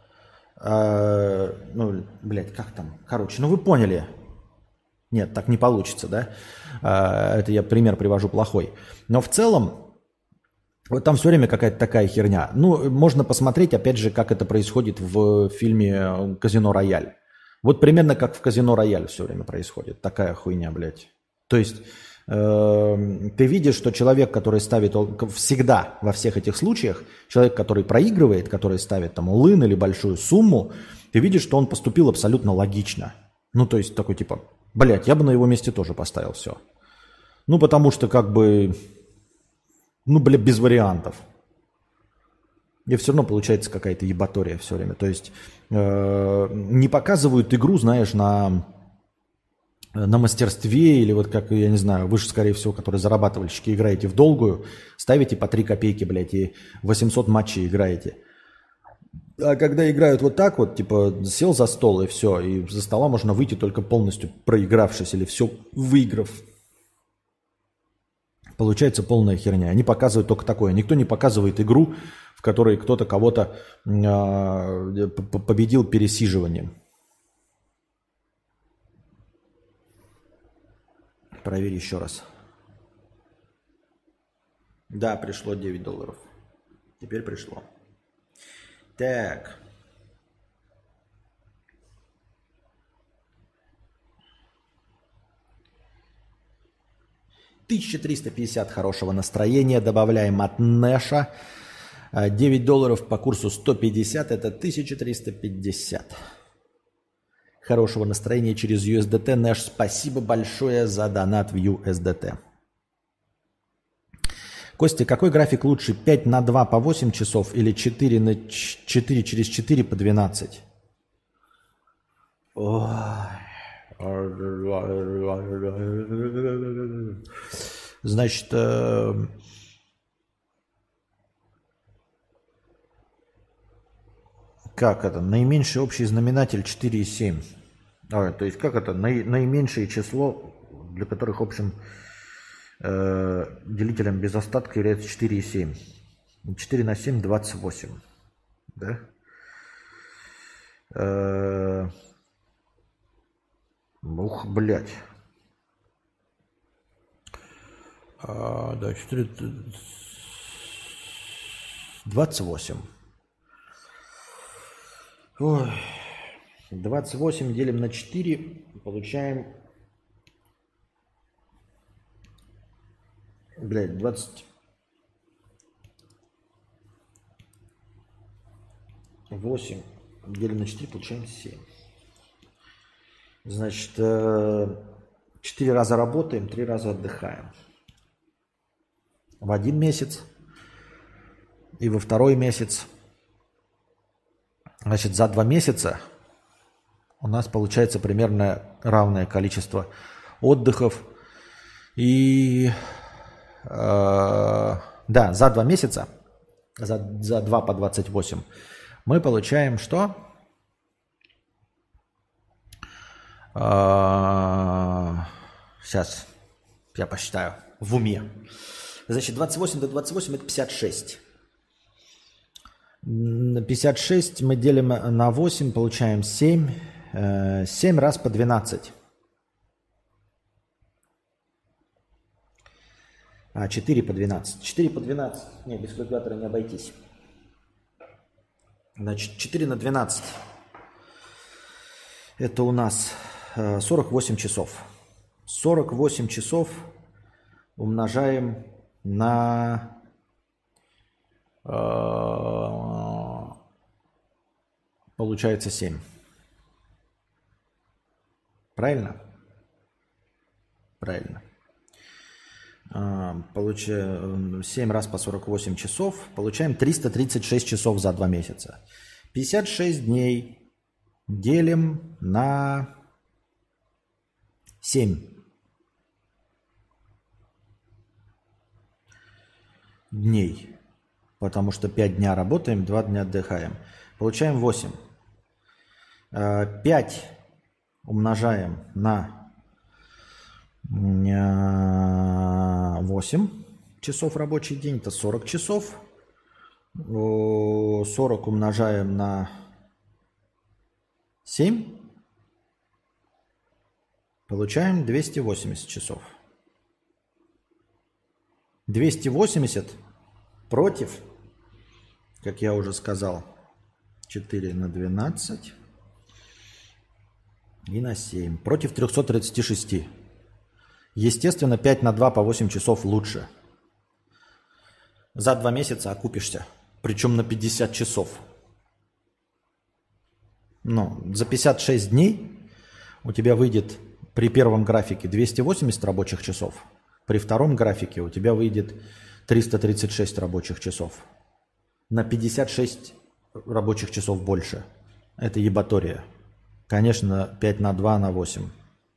Ну, блядь, как там? Короче, ну вы поняли. Нет, так не получится, да? Это я пример привожу плохой. Но в целом, вот там все время какая-то такая херня. Ну, можно посмотреть, опять же, как это происходит в фильме «Казино Рояль». Вот примерно как в «Казино Рояль» все время происходит. Такая хуйня, блядь. То есть ты видишь, что человек, который ставит всегда во всех этих случаях, человек, который проигрывает, который ставит там all-in или большую сумму, ты видишь, что он поступил абсолютно логично. Ну, то есть такой типа, блядь, я бы на его месте тоже поставил все. Ну, потому что как бы, ну, блядь, без вариантов. И все равно получается какая-то ебатория все время. То есть не показывают игру, знаешь, на мастерстве или вот как, я не знаю, вы же, скорее всего, которые зарабатывальщики, играете в долгую, ставите по 3 копейки, блядь, и 800 матчей играете. А когда играют вот так вот, типа, сел за стол и все, и за стола можно выйти только полностью проигравшись или все выиграв. Получается полная херня. Они показывают только такое. Никто не показывает игру, в которой кто-то кого-то победил пересиживанием. Проверь еще раз. Да, пришло 9 долларов. Теперь пришло. Так. $1350 хорошего настроения. Добавляем от Нэша. 9 долларов по курсу 150. Это 1350. Хорошего настроения через USDT. Нэш, спасибо большое за донат в USDT. Костя, какой график лучше? 5/2 по 8 часов или 4/4 через 4 по 12? Ой. Значит, как это? Наименьший общий знаменатель 4,7. То есть как это? Наименьшее число, для которых общим делителем без остатка является 4,7. 4 на 7 – 28. Да? Ух, блядь. Да, 4... 28. Ой. 28 делим на 4, получаем... Блядь, 28 делим на 4, получаем 7. Значит, 4 раза работаем, 3 раза отдыхаем. В один месяц и во второй месяц. Значит, за 2 месяца у нас получается примерно равное количество отдыхов. И да, за 2 месяца, за 2 по 28, мы получаем что? Сейчас я посчитаю в уме. Значит, 28 до 28 это 56. 56 мы делим на 8, получаем 7. 7 раз по 12. 4 по 12. 4 по 12. Не, без калькулятора не обойтись. Значит, 4 на 12. Это у нас 48 часов. 48 часов умножаем на... Получается 7. Правильно? Правильно. Получаем 7 раз по 48 часов. Получаем 336 часов за 2 месяца. 56 дней делим на 7. Дней. Потому что 5 дня работаем, 2 дня отдыхаем. Получаем 8. 5 умножаем на 8 часов рабочий день. Это 40 часов. 40 умножаем на 7. Получаем 280 часов. 280 против, как я уже сказал, 4 на 12 и на 7. Против 336. Естественно, 5 на 2 по 8 часов лучше. За 2 месяца окупишься. Причем на 50 часов. Но за 56 дней у тебя выйдет при первом графике 280 рабочих часов. При втором графике у тебя выйдет 336 рабочих часов. На 56 рабочих часов больше. Это ебатория. Конечно, 5 на 2 на 8.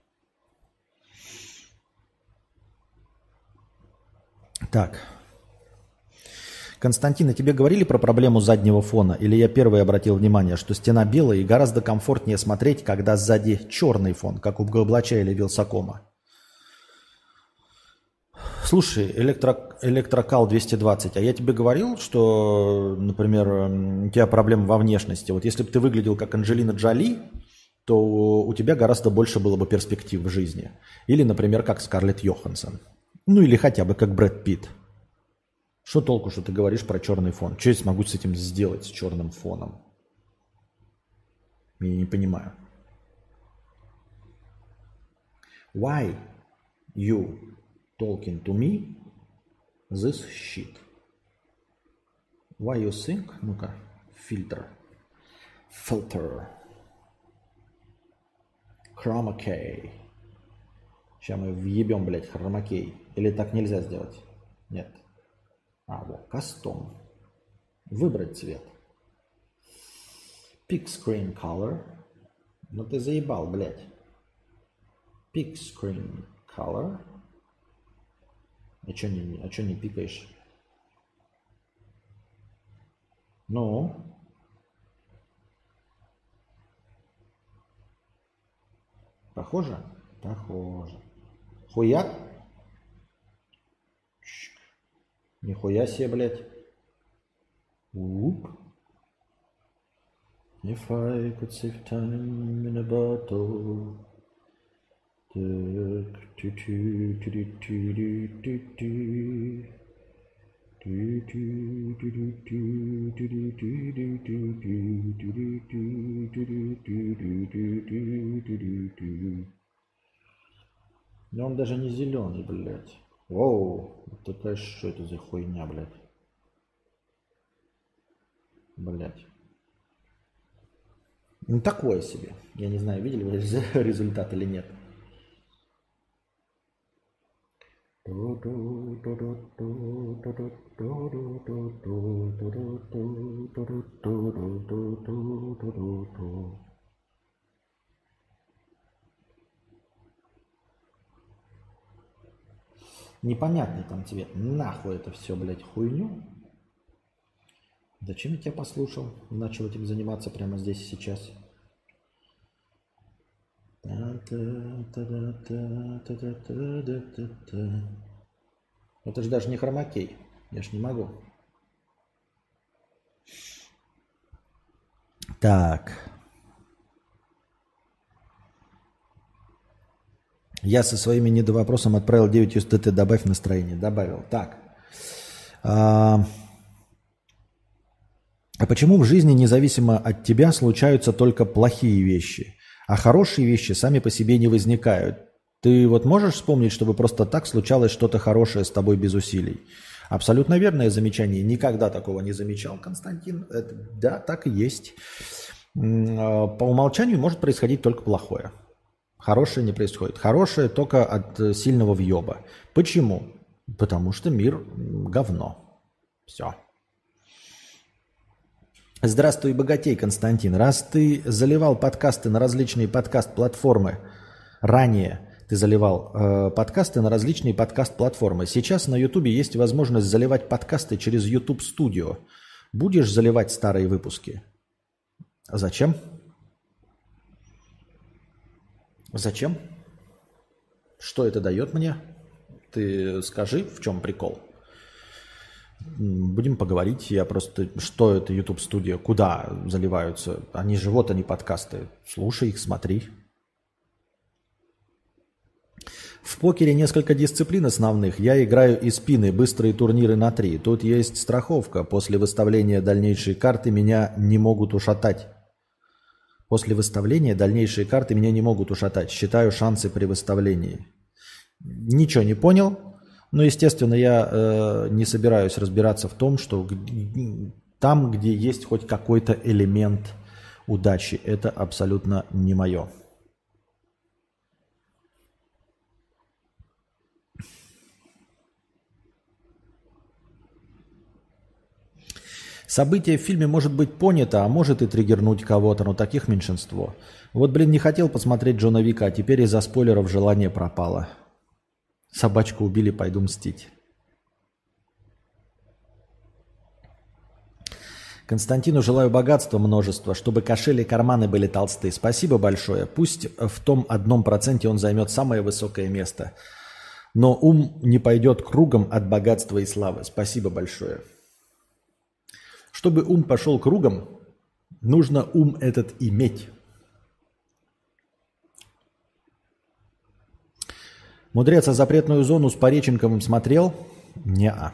Так. Константин, а тебе говорили про проблему заднего фона? Или я первый обратил внимание, что стена белая и гораздо комфортнее смотреть, когда сзади черный фон, как у Гоблача или Вилсакома? Слушай, электрокал 220, а я тебе говорил, что, например, у тебя проблема во внешности. Вот если бы ты выглядел как Анджелина Джоли, то у тебя гораздо больше было бы перспектив в жизни. Или, например, как Скарлетт Йоханссон. Ну или хотя бы как Брэд Питт. Что толку, что ты говоришь про черный фон? Что я смогу с этим сделать, с черным фоном? Я не понимаю. Why you talking to me this shit? Why you think? Ну-ка, фильтр. Filter. Хромакей. Сейчас мы въебем, блядь, хромакей. Или так нельзя сделать? Нет. Вот, кастом. Выбрать цвет. Pick screen color. Ну ты заебал, блядь. Pick screen color. А чё не пикаешь? Ну? Похоже? Похоже. Хуяк? Нихуя себе, блядь. Уп. If I could save time in a bottle. Но он даже не зеленый, блядь. Воу, такая что это за хуйня, блядь. Блядь. Ну такое себе. Я не знаю, видели вы результат или нет. Непонятный там цвет. Нахуй это все, блядь, хуйню. Зачем я тебя послушал? Начал этим заниматься прямо здесь и сейчас. Это же даже не хромакей. Я ж не могу. Так. Я со своими недовопросом отправил 9 USDT. Добавь настроение. Добавил. Так. А почему в жизни, независимо от тебя, случаются только плохие вещи, а хорошие вещи сами по себе не возникают? Ты вот можешь вспомнить, чтобы просто так случалось что-то хорошее с тобой без усилий? Абсолютно верное замечание. Никогда такого не замечал, Константин. Это, да, так и есть. По умолчанию может происходить только плохое. Хорошее не происходит. Хорошее только от сильного въеба. Почему? Потому что мир говно. Все. Здравствуй, богатей, Константин. Раз ты заливал подкасты на различные подкаст-платформы, ранее ты заливал подкасты на различные подкаст-платформы, сейчас на Ютубе есть возможность заливать подкасты через YouTube Studio. Будешь заливать старые выпуски? Зачем? Зачем? Что это дает мне? Ты скажи, в чем прикол? Будем поговорить. Я просто... Что это YouTube Studio? Куда заливаются? Они же вот они подкасты. Слушай их, смотри. В покере несколько дисциплин основных. Я играю и спины, быстрые турниры на 3. Тут есть страховка. После выставления дальнейшей карты меня не могут ушатать. После выставления дальнейшие карты меня не могут ушатать. Считаю шансы при выставлении. Ничего не понял. Но, естественно, я не собираюсь разбираться в том, что там, где есть хоть какой-то элемент удачи, это абсолютно не мое. Событие в фильме может быть понято, а может и триггернуть кого-то, но таких меньшинство. Вот, блин, не хотел посмотреть Джона Вика, а теперь из-за спойлеров желание пропало. Собачку убили, пойду мстить. Константину желаю богатства множества, чтобы кошели и карманы были толстые. Спасибо большое. Пусть в том 1% он займет самое высокое место. Но ум не пойдет кругом от богатства и славы. Спасибо большое. Чтобы ум пошел кругом, нужно ум этот иметь. Мудрец, а запретную зону с Пореченковым смотрел? Не-а.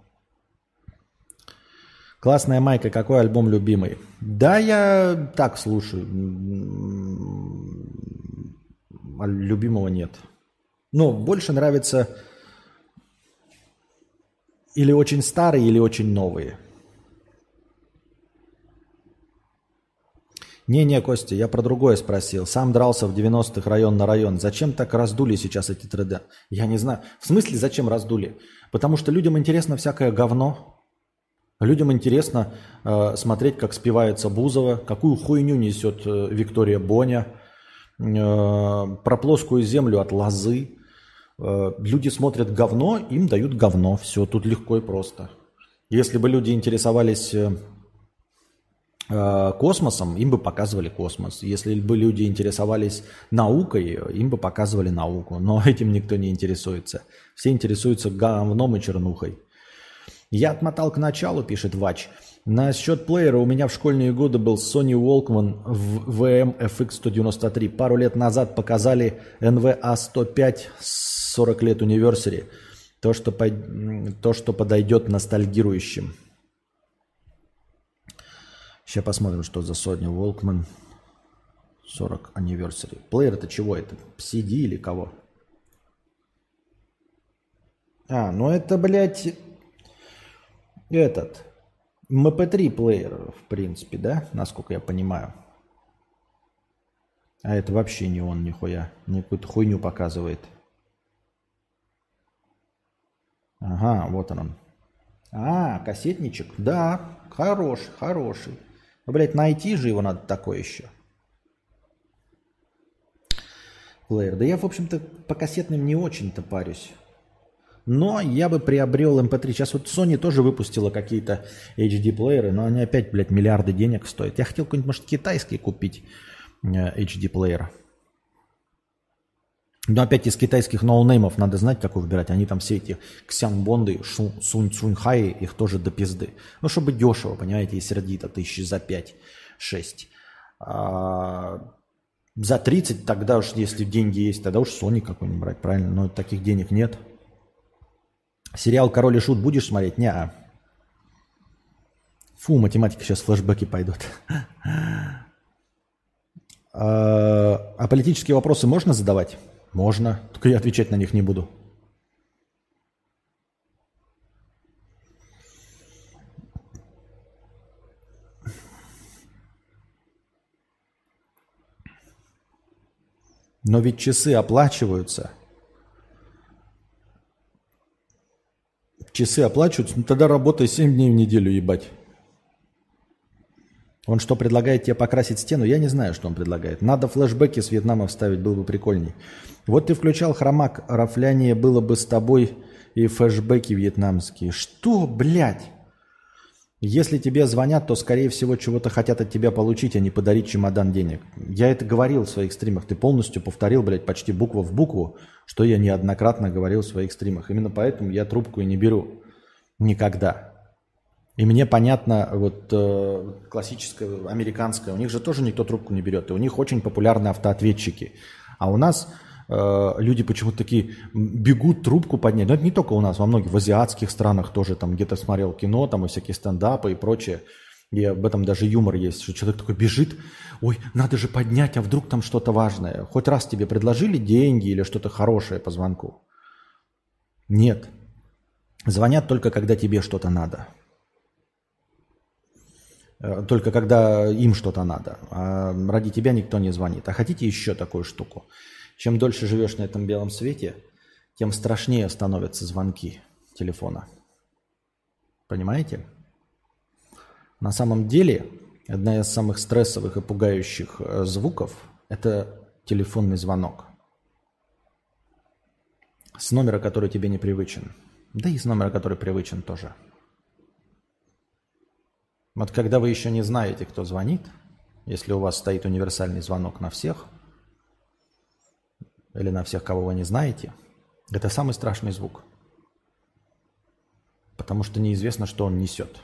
Классная майка, какой альбом любимый? Да, я так слушаю. Любимого нет. Но больше нравится или очень старые, или очень новые. Не-не, Костя, я про другое спросил. Сам дрался в 90-х район на район. Зачем так раздули сейчас эти тренды? Я не знаю. В смысле, зачем раздули? Потому что людям интересно всякое говно. Людям интересно смотреть, как спивается Бузова, какую хуйню несет Виктория Боня, про плоскую землю от Лозы. Люди смотрят говно, им дают говно. Все, тут легко и просто. Если бы люди интересовались космосом, им бы показывали космос. Если бы люди интересовались наукой, им бы показывали науку. Но этим никто не интересуется. Все интересуются говном и чернухой. Я отмотал к началу, пишет Вач. Насчет плеера у меня в школьные годы был Sony Walkman VM FX193. Пару лет назад показали NVA105 40 лет Anniversary. То, что подойдет ностальгирующим. Сейчас посмотрим, что за Sony Walkman 40 Anniversary. Плеер это чего? Это CD или кого? Ну это, блядь, этот MP3 плеер, в принципе, да? Насколько я понимаю. А это вообще не он, нихуя. Мне какую-то хуйню показывает. Ага, вот он. Кассетничек? Да, хороший. Ну, блядь, найти же его надо такое еще. Плеер. Да я, в общем-то, по кассетным не очень-то парюсь. Но я бы приобрел MP3. Сейчас вот Sony тоже выпустила какие-то HD-плееры, но они опять, блядь, миллиарды денег стоят. Я хотел какой-нибудь, может, китайский купить HD-плеер. Но опять из китайских ноунеймов надо знать, как выбирать. Они там все эти Ксянбонды, Сунь Цуньхай, их тоже до пизды. Ну, чтобы дешево, понимаете, и сердито, 1000 за 5-6. За 30 тогда уж, если деньги есть, тогда уж Sony какой-нибудь брать, правильно? Но таких денег нет. Сериал «Король и Шут» будешь смотреть? Не-а. Фу, математика, сейчас флешбеки пойдут. А политические вопросы можно задавать? Можно, только я отвечать на них не буду. Но ведь часы оплачиваются. Часы оплачиваются, ну тогда работай 7 дней в неделю, ебать. Он что, предлагает тебе покрасить стену? Я не знаю, что он предлагает. Надо флешбеки с Вьетнама вставить, было бы прикольней. Вот ты включал хромак, рафляние было бы с тобой и флешбеки вьетнамские. Что, блядь? Если тебе звонят, то, скорее всего, чего-то хотят от тебя получить, а не подарить чемодан денег. Я это говорил в своих стримах. Ты полностью повторил, блядь, почти буква в букву, что я неоднократно говорил в своих стримах. Именно поэтому я трубку и не беру. Никогда. И мне понятно, вот классическая американская, у них же тоже никто трубку не берет. И у них очень популярны автоответчики. А у нас люди почему-то такие бегут трубку поднять. Но это не только у нас, во многих, в азиатских странах тоже там где-то смотрел кино, там и всякие стендапы и прочее. И об этом даже юмор есть, что человек такой бежит, ой, надо же поднять, а вдруг там что-то важное. Хоть раз тебе предложили деньги или что-то хорошее по звонку? Нет. Звонят только когда тебе что-то надо. Только когда им что-то надо. А ради тебя никто не звонит. А хотите еще такую штуку? Чем дольше живешь на этом белом свете, тем страшнее становятся звонки телефона. Понимаете? На самом деле, одна из самых стрессовых и пугающих звуков – это телефонный звонок. С номера, который тебе не привычен. Да и с номера, который привычен тоже. Вот когда вы еще не знаете, кто звонит, если у вас стоит универсальный звонок на всех, или на всех, кого вы не знаете, это самый страшный звук. Потому что неизвестно, что он несет.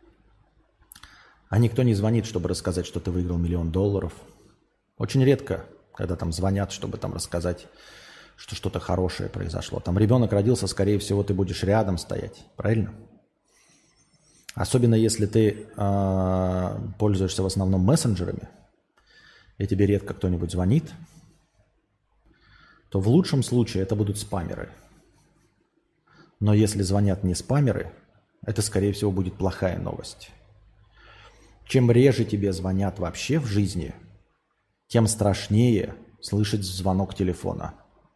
А никто не звонит, чтобы рассказать, что ты выиграл $1 миллион. Очень редко, когда там звонят, чтобы там рассказать, что что-то хорошее произошло. Там ребенок родился, скорее всего, ты будешь рядом стоять. Правильно? Особенно если ты пользуешься в основном мессенджерами, и тебе редко кто-нибудь звонит, то в лучшем случае это будут спамеры. Но если звонят не спамеры, это, скорее всего, будет плохая новость. Чем реже тебе звонят вообще в жизни, тем страшнее слышать звонок телефона.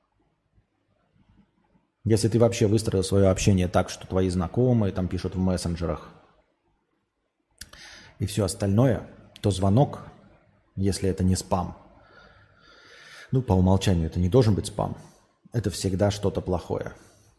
Если ты вообще выстроил свое общение так, что твои знакомые там пишут в мессенджерах и все остальное, то звонок, если это не спам, ну, по умолчанию это не должен быть спам, это всегда что-то плохое.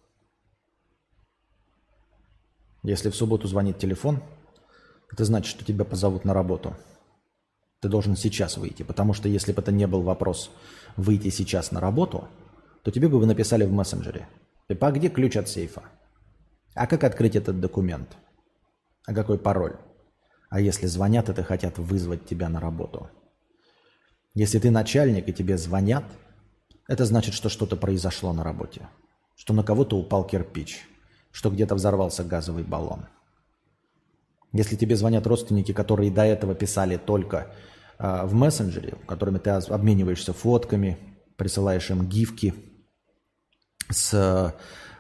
Если в субботу звонит телефон, это значит, что тебя позовут на работу. Ты должен сейчас выйти, потому что если бы это не был вопрос выйти сейчас на работу, то тебе бы вы написали в мессенджере. Типа, а где ключ от сейфа? А как открыть этот документ? А какой пароль? А если звонят, это хотят вызвать тебя на работу. Если ты начальник и тебе звонят, это значит, что что-то произошло на работе. Что на кого-то упал кирпич. Что где-то взорвался газовый баллон. Если тебе звонят родственники, которые до этого писали только в мессенджере, которыми ты обмениваешься фотками, присылаешь им гифки с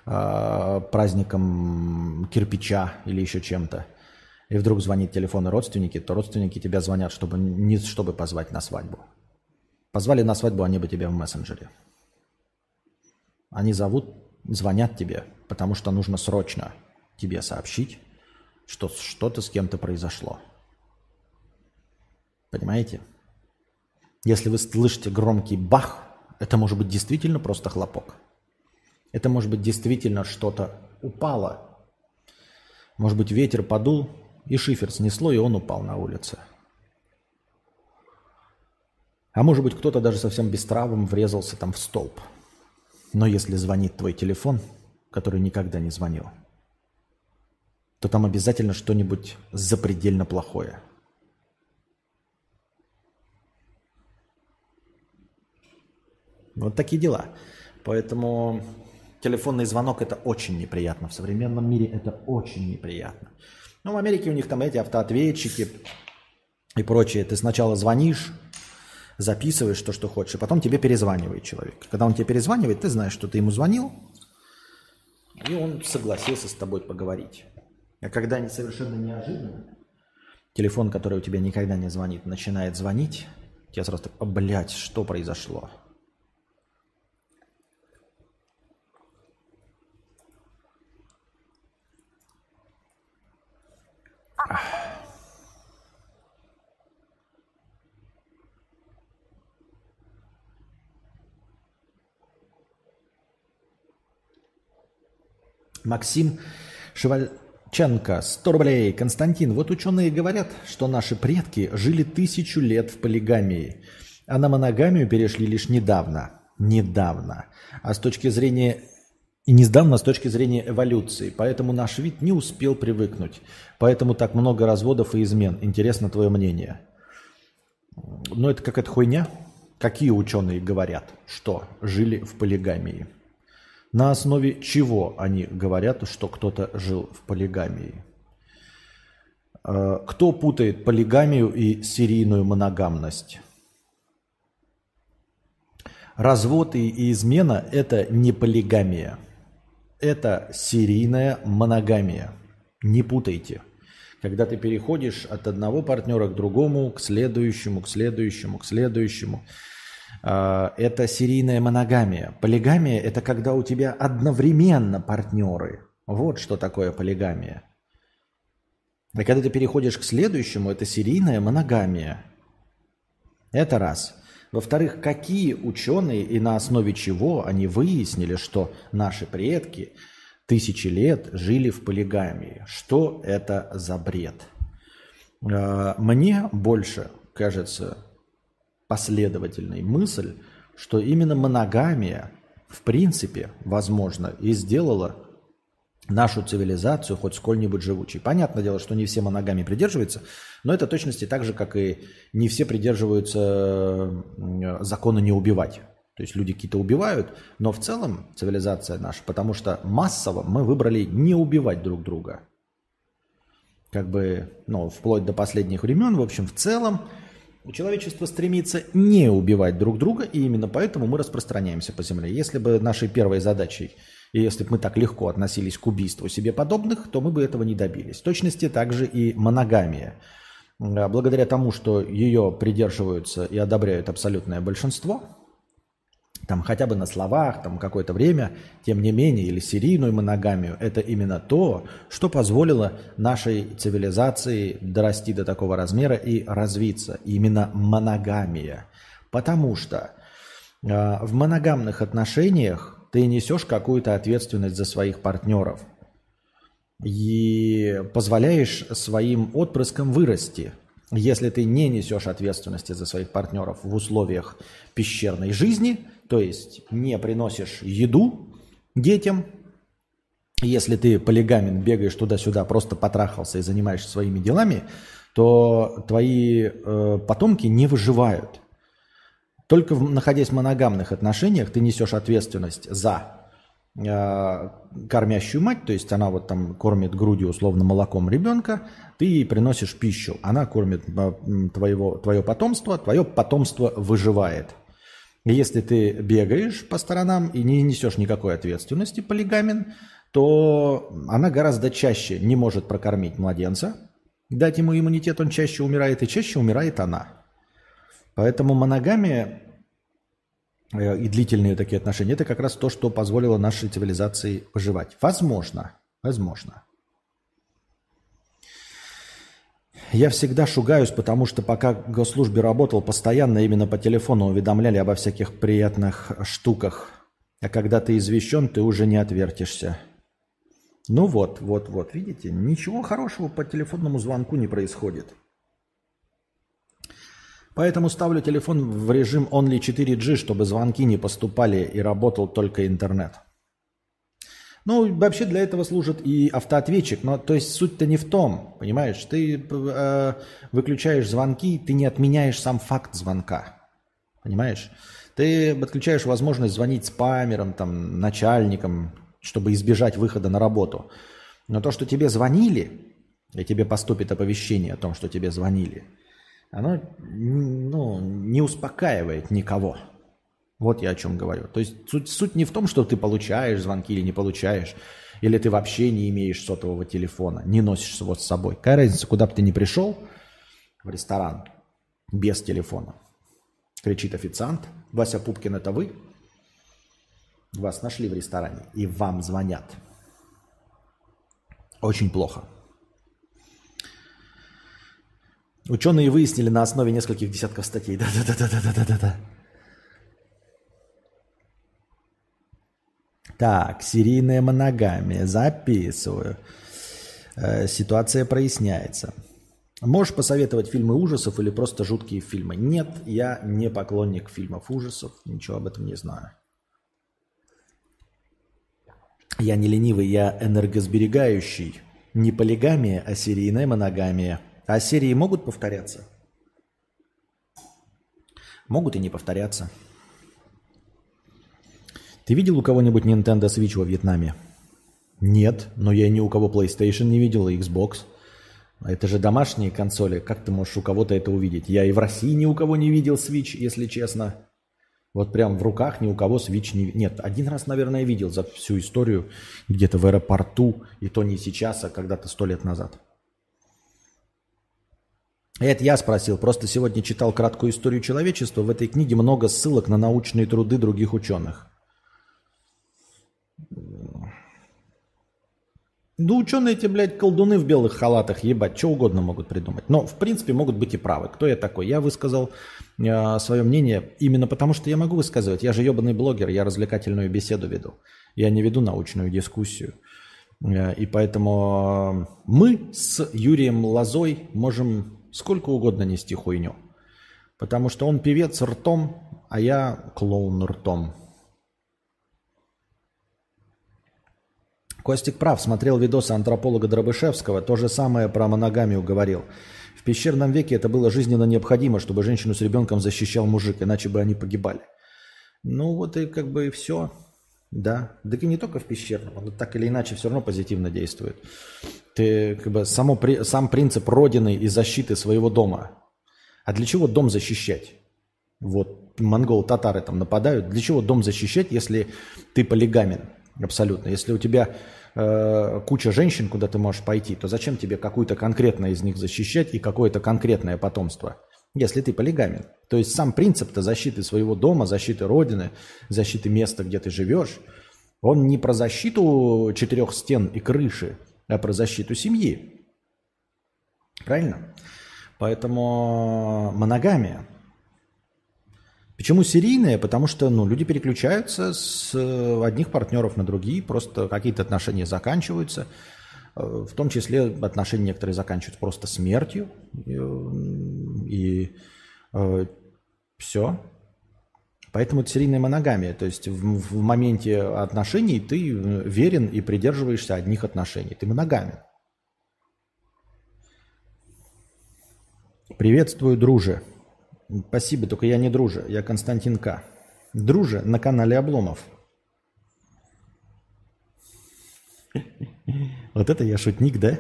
праздником кирпича или еще чем-то, и вдруг звонит телефон родственники, то родственники тебя звонят, не чтобы позвать на свадьбу. Позвали на свадьбу, они бы тебя в мессенджере. Они звонят тебе, потому что нужно срочно тебе сообщить, что что-то с кем-то произошло. Понимаете? Если вы слышите громкий бах, это может быть действительно просто хлопок. Это может быть действительно что-то упало. Может быть, ветер подул, и шифер снесло, и он упал на улице. А может быть, кто-то даже совсем без травм врезался там в столб. Но если звонит твой телефон, который никогда не звонил, то там обязательно что-нибудь запредельно плохое. Вот такие дела. Поэтому телефонный звонок – это очень неприятно. В современном мире это очень неприятно. Ну, в Америке у них там эти автоответчики и прочее. Ты сначала звонишь, записываешь то, что хочешь, и потом тебе перезванивает человек. Когда он тебе перезванивает, ты знаешь, что ты ему звонил, и он согласился с тобой поговорить. А когда они совершенно неожиданно, телефон, который у тебя никогда не звонит, начинает звонить, тебе сразу так, блядь, что произошло? Максим Шевальченко, 100 рублей. Константин, вот ученые говорят, что наши предки жили 1000 лет в полигамии, а на моногамию перешли лишь недавно. Недавно. А с точки зрения... И недавно с точки зрения эволюции. Поэтому наш вид не успел привыкнуть. Поэтому так много разводов и измен. Интересно твое мнение. Ну, это какая-то хуйня. Какие ученые говорят, что жили в полигамии? На основе чего они говорят, что кто-то жил в полигамии? Кто путает полигамию и серийную моногамность? Развод и измена – это не полигамия. Это серийная моногамия. Не путайте. Когда ты переходишь от одного партнера к другому, к следующему, к следующему, к следующему. Это серийная моногамия. Полигамия – это когда у тебя одновременно партнеры. Вот что такое полигамия. А когда ты переходишь к следующему, это серийная моногамия. Это раз. Во-вторых, какие ученые и на основе чего они выяснили, что наши предки 1000 лет жили в полигамии? Что это за бред? Мне больше кажется последовательной мысль, что именно моногамия, в принципе, возможно, и сделала нашу цивилизацию хоть сколь-нибудь живучей. Понятное дело, что не все моногамии придерживаются, но это точности так же, как и не все придерживаются закона не убивать. То есть люди какие-то убивают, но в целом цивилизация наша, потому что массово мы выбрали не убивать друг друга. Как бы, вплоть до последних времен, в общем, в целом человечество стремится не убивать друг друга, и именно поэтому мы распространяемся по земле. Если бы нашей первой задачей, и если бы мы так легко относились к убийству себе подобных, то мы бы этого не добились. В точности также и моногамия. благодаря тому, что ее придерживаются и одобряют абсолютное большинство, там хотя бы на словах, там какое-то время, тем не менее, или серийную моногамию, это именно то, что позволило нашей цивилизации дорасти до такого размера и развиться. Именно моногамия. Потому что в моногамных отношениях ты несешь какую-то ответственность за своих партнеров и позволяешь своим отпрыскам вырасти. Если ты не несешь ответственности за своих партнеров в условиях пещерной жизни, то есть не приносишь еду детям, если ты полигамен, бегаешь туда-сюда, просто потрахался и занимаешься своими делами, то твои потомки не выживают. Только находясь в моногамных отношениях, ты несешь ответственность за кормящую мать, то есть она вот там кормит грудью, условно, молоком ребенка, ты ей приносишь пищу, она кормит твое потомство выживает. Если ты бегаешь по сторонам и не несешь никакой ответственности, полигамен, то она гораздо чаще не может прокормить младенца, дать ему иммунитет, он чаще умирает, и чаще умирает она. Поэтому моногамия и длительные такие отношения – это как раз то, что позволило нашей цивилизации выживать. Возможно. Я всегда шугаюсь, потому что пока в госслужбе работал, постоянно именно по телефону уведомляли обо всяких приятных штуках. А когда ты извещен, ты уже не отвертишься. Ну вот, видите, ничего хорошего по телефонному звонку не происходит. Поэтому ставлю телефон в режим Only 4G, чтобы звонки не поступали и работал только интернет. Ну, вообще для этого служит и автоответчик, но то есть суть-то не в том, понимаешь? Ты выключаешь звонки, ты не отменяешь сам факт звонка, понимаешь? Ты отключаешь возможность звонить спамерам, там, начальникам, чтобы избежать выхода на работу. Но то, что тебе звонили, и тебе поступит оповещение о том, что тебе звонили, оно не успокаивает никого. Вот я о чем говорю. То есть суть не в том, что ты получаешь звонки или не получаешь, или ты вообще не имеешь сотового телефона, не носишь его с собой. Какая разница, куда бы ты ни пришел в ресторан без телефона. Кричит официант: Вася Пупкин, это вы? Вас нашли в ресторане и вам звонят. Очень плохо. Ученые выяснили на основе нескольких десятков статей. Да. Так, серийная моногамия. Записываю. Ситуация проясняется. Можешь посоветовать фильмы ужасов или просто жуткие фильмы? Нет, я не поклонник фильмов ужасов. Ничего об этом не знаю. Я не ленивый, я энергосберегающий. Не полигамия, а серийная моногамия. А серии могут повторяться? Могут и не повторяться. Ты видел у кого-нибудь Nintendo Switch во Вьетнаме? Нет, но я ни у кого PlayStation не видел, и Xbox. Это же домашние консоли. Как ты можешь у кого-то это увидеть? Я и в России ни у кого не видел Switch, если честно. Вот прям в руках ни у кого Switch не... Нет, один раз, наверное, видел за всю историю где-то в аэропорту. И то не сейчас, а когда-то 100 лет назад. Это я спросил. Просто сегодня читал краткую историю человечества. В этой книге много ссылок на научные труды других ученых. Да ученые эти, блядь, колдуны в белых халатах, ебать, что угодно могут придумать. Но, в принципе, могут быть и правы. Кто я такой? Я высказал свое мнение именно потому, что я могу высказывать. Я же ебаный блогер, я развлекательную беседу веду. Я не веду научную дискуссию. И поэтому мы с Юрием Лозой можем сколько угодно нести хуйню. Потому что он певец ртом, а я клоун ртом. Костик прав, смотрел видосы антрополога Дробышевского, то же самое про моногамию говорил. В пещерном веке это было жизненно необходимо, чтобы женщину с ребенком защищал мужик, иначе бы они погибали. Ну вот и как бы и все. Да. Да и не только в пещерном, он так или иначе все равно позитивно действует. Ты как бы сам принцип родины и защиты своего дома. А для чего дом защищать? Вот монголы-татары там нападают. Для чего дом защищать, если ты полигамен? Абсолютно. Если у тебя куча женщин, куда ты можешь пойти, то зачем тебе какую-то конкретно из них защищать и какое-то конкретное потомство, если ты полигамен? То есть сам принцип-то защиты своего дома, защиты родины, защиты места, где ты живешь, он не про защиту 4 стен и крыши, а про защиту семьи. Правильно? Поэтому моногамия. Почему серийная? Потому что люди переключаются с одних партнеров на другие, просто какие-то отношения заканчиваются. В том числе отношения некоторые заканчиваются просто смертью. И все. Поэтому это серийная моногамия. То есть в моменте отношений ты верен и придерживаешься одних отношений. Ты моногамен. Приветствую, друже. Спасибо, только я не друже, я Константин К. Друже на канале Обломов. Вот это я шутник, да?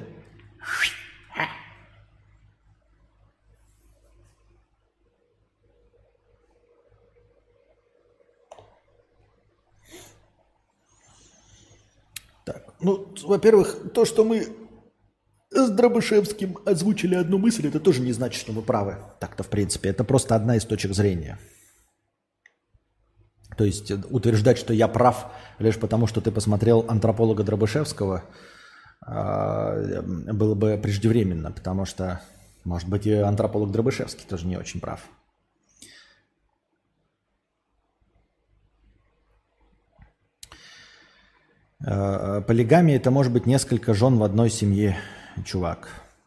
Так, во-первых, то, что мы с Дробышевским озвучили одну мысль, это тоже не значит, что мы правы. Так-то, в принципе, это просто одна из точек зрения. То есть утверждать, что я прав лишь потому, что ты посмотрел антрополога Дробышевского, было бы преждевременно, потому что, может быть, и антрополог Дробышевский тоже не очень прав. Полигамия – это может быть несколько жен в одной семье, чувак.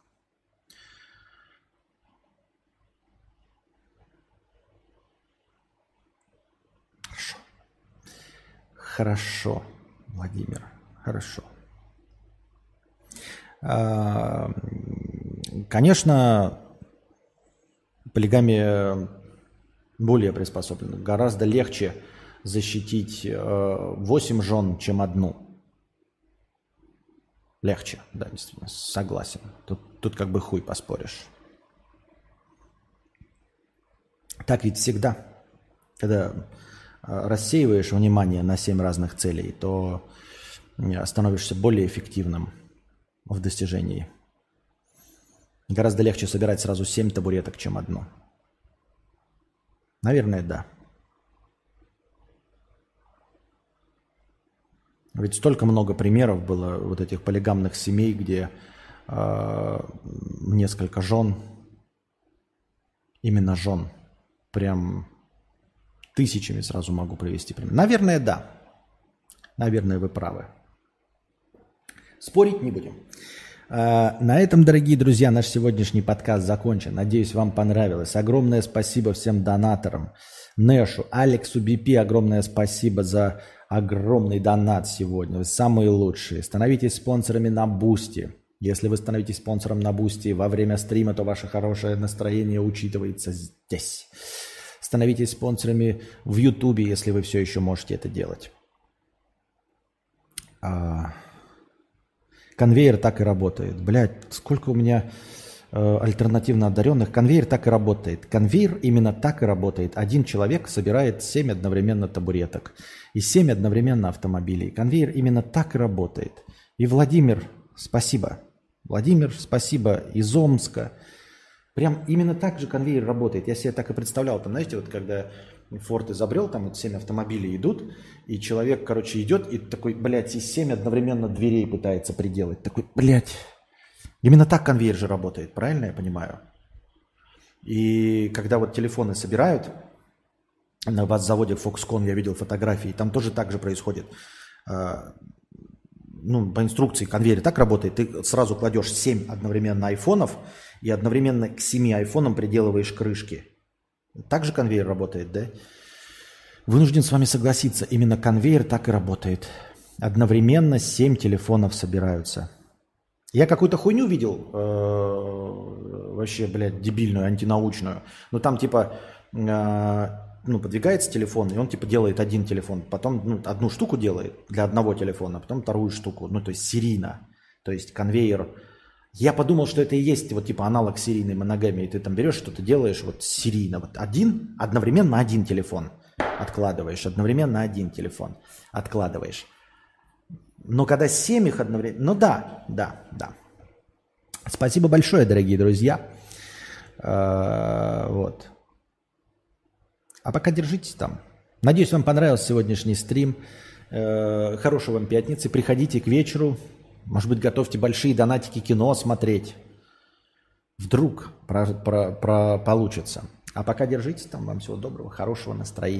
Хорошо, Владимир, хорошо. Конечно, полигамия более приспособлена. Гораздо легче защитить 8 жен, чем одну. Легче, да, действительно, согласен. Тут как бы хуй поспоришь. Так ведь всегда, когда рассеиваешь внимание на 7 разных целей, то становишься более эффективным в достижении. Гораздо легче собирать сразу 7 табуреток, чем одну. Наверное, да. Ведь столько много примеров было вот этих полигамных семей, где несколько жен, именно жен, прям тысячами сразу могу привести пример. Наверное, да. Наверное, вы правы. Спорить не будем. На этом, дорогие друзья, наш сегодняшний подкаст закончен. Надеюсь, вам понравилось. Огромное спасибо всем донаторам. Нэшу, Алексу BP, огромное спасибо за огромный донат сегодня. Вы самые лучшие. Становитесь спонсорами на Бусти. Если вы становитесь спонсором на Бусти во время стрима, то ваше хорошее настроение учитывается здесь. Становитесь спонсорами в Ютубе, если вы все еще можете это делать. Конвейер так и работает. Блядь, сколько у меня альтернативно одаренных. Конвейер так и работает. Конвейер именно так и работает. Один человек собирает 7 одновременно табуреток и 7 одновременно автомобилей. Конвейер именно так и работает. И Владимир, спасибо. Владимир, спасибо. Из Омска. Прям именно так же конвейер работает. Я себе так и представлял. Там, знаете, вот когда Форд изобрел, там вот 7 автомобилей идут, и человек, короче, идет и такой, блядь, из 7 одновременно дверей пытается приделать. Такой, блядь. Именно так конвейер же работает, правильно я понимаю? И когда вот телефоны собирают, на вас заводе Foxconn я видел фотографии, там тоже так же происходит. По инструкции конвейер так работает, ты сразу кладешь 7 одновременно айфонов и одновременно к 7 айфонам приделываешь крышки. Так же конвейер работает, да? Вынужден с вами согласиться, именно конвейер так и работает. Одновременно 7 телефонов собираются. Я какую-то хуйню видел, вообще, блядь, дебильную, антинаучную. Но там типа, подвигается телефон, и он типа делает один телефон. Потом одну штуку делает для одного телефона, потом вторую штуку. То есть серийно. То есть конвейер. Я подумал, что это и есть вот типа аналог серийной моногамии. Ты там берешь что-то, делаешь вот серийно. Вот одновременно один телефон откладываешь. Одновременно один телефон откладываешь. Но когда 7 их одновременно... Ну да. Спасибо большое, дорогие друзья. Вот. А пока держитесь там. Надеюсь, вам понравился сегодняшний стрим. Хорошей вам пятницы. Приходите к вечеру. Может быть, готовьте большие донатики кино смотреть. Вдруг получится. А пока держитесь там. Вам всего доброго, хорошего настроения.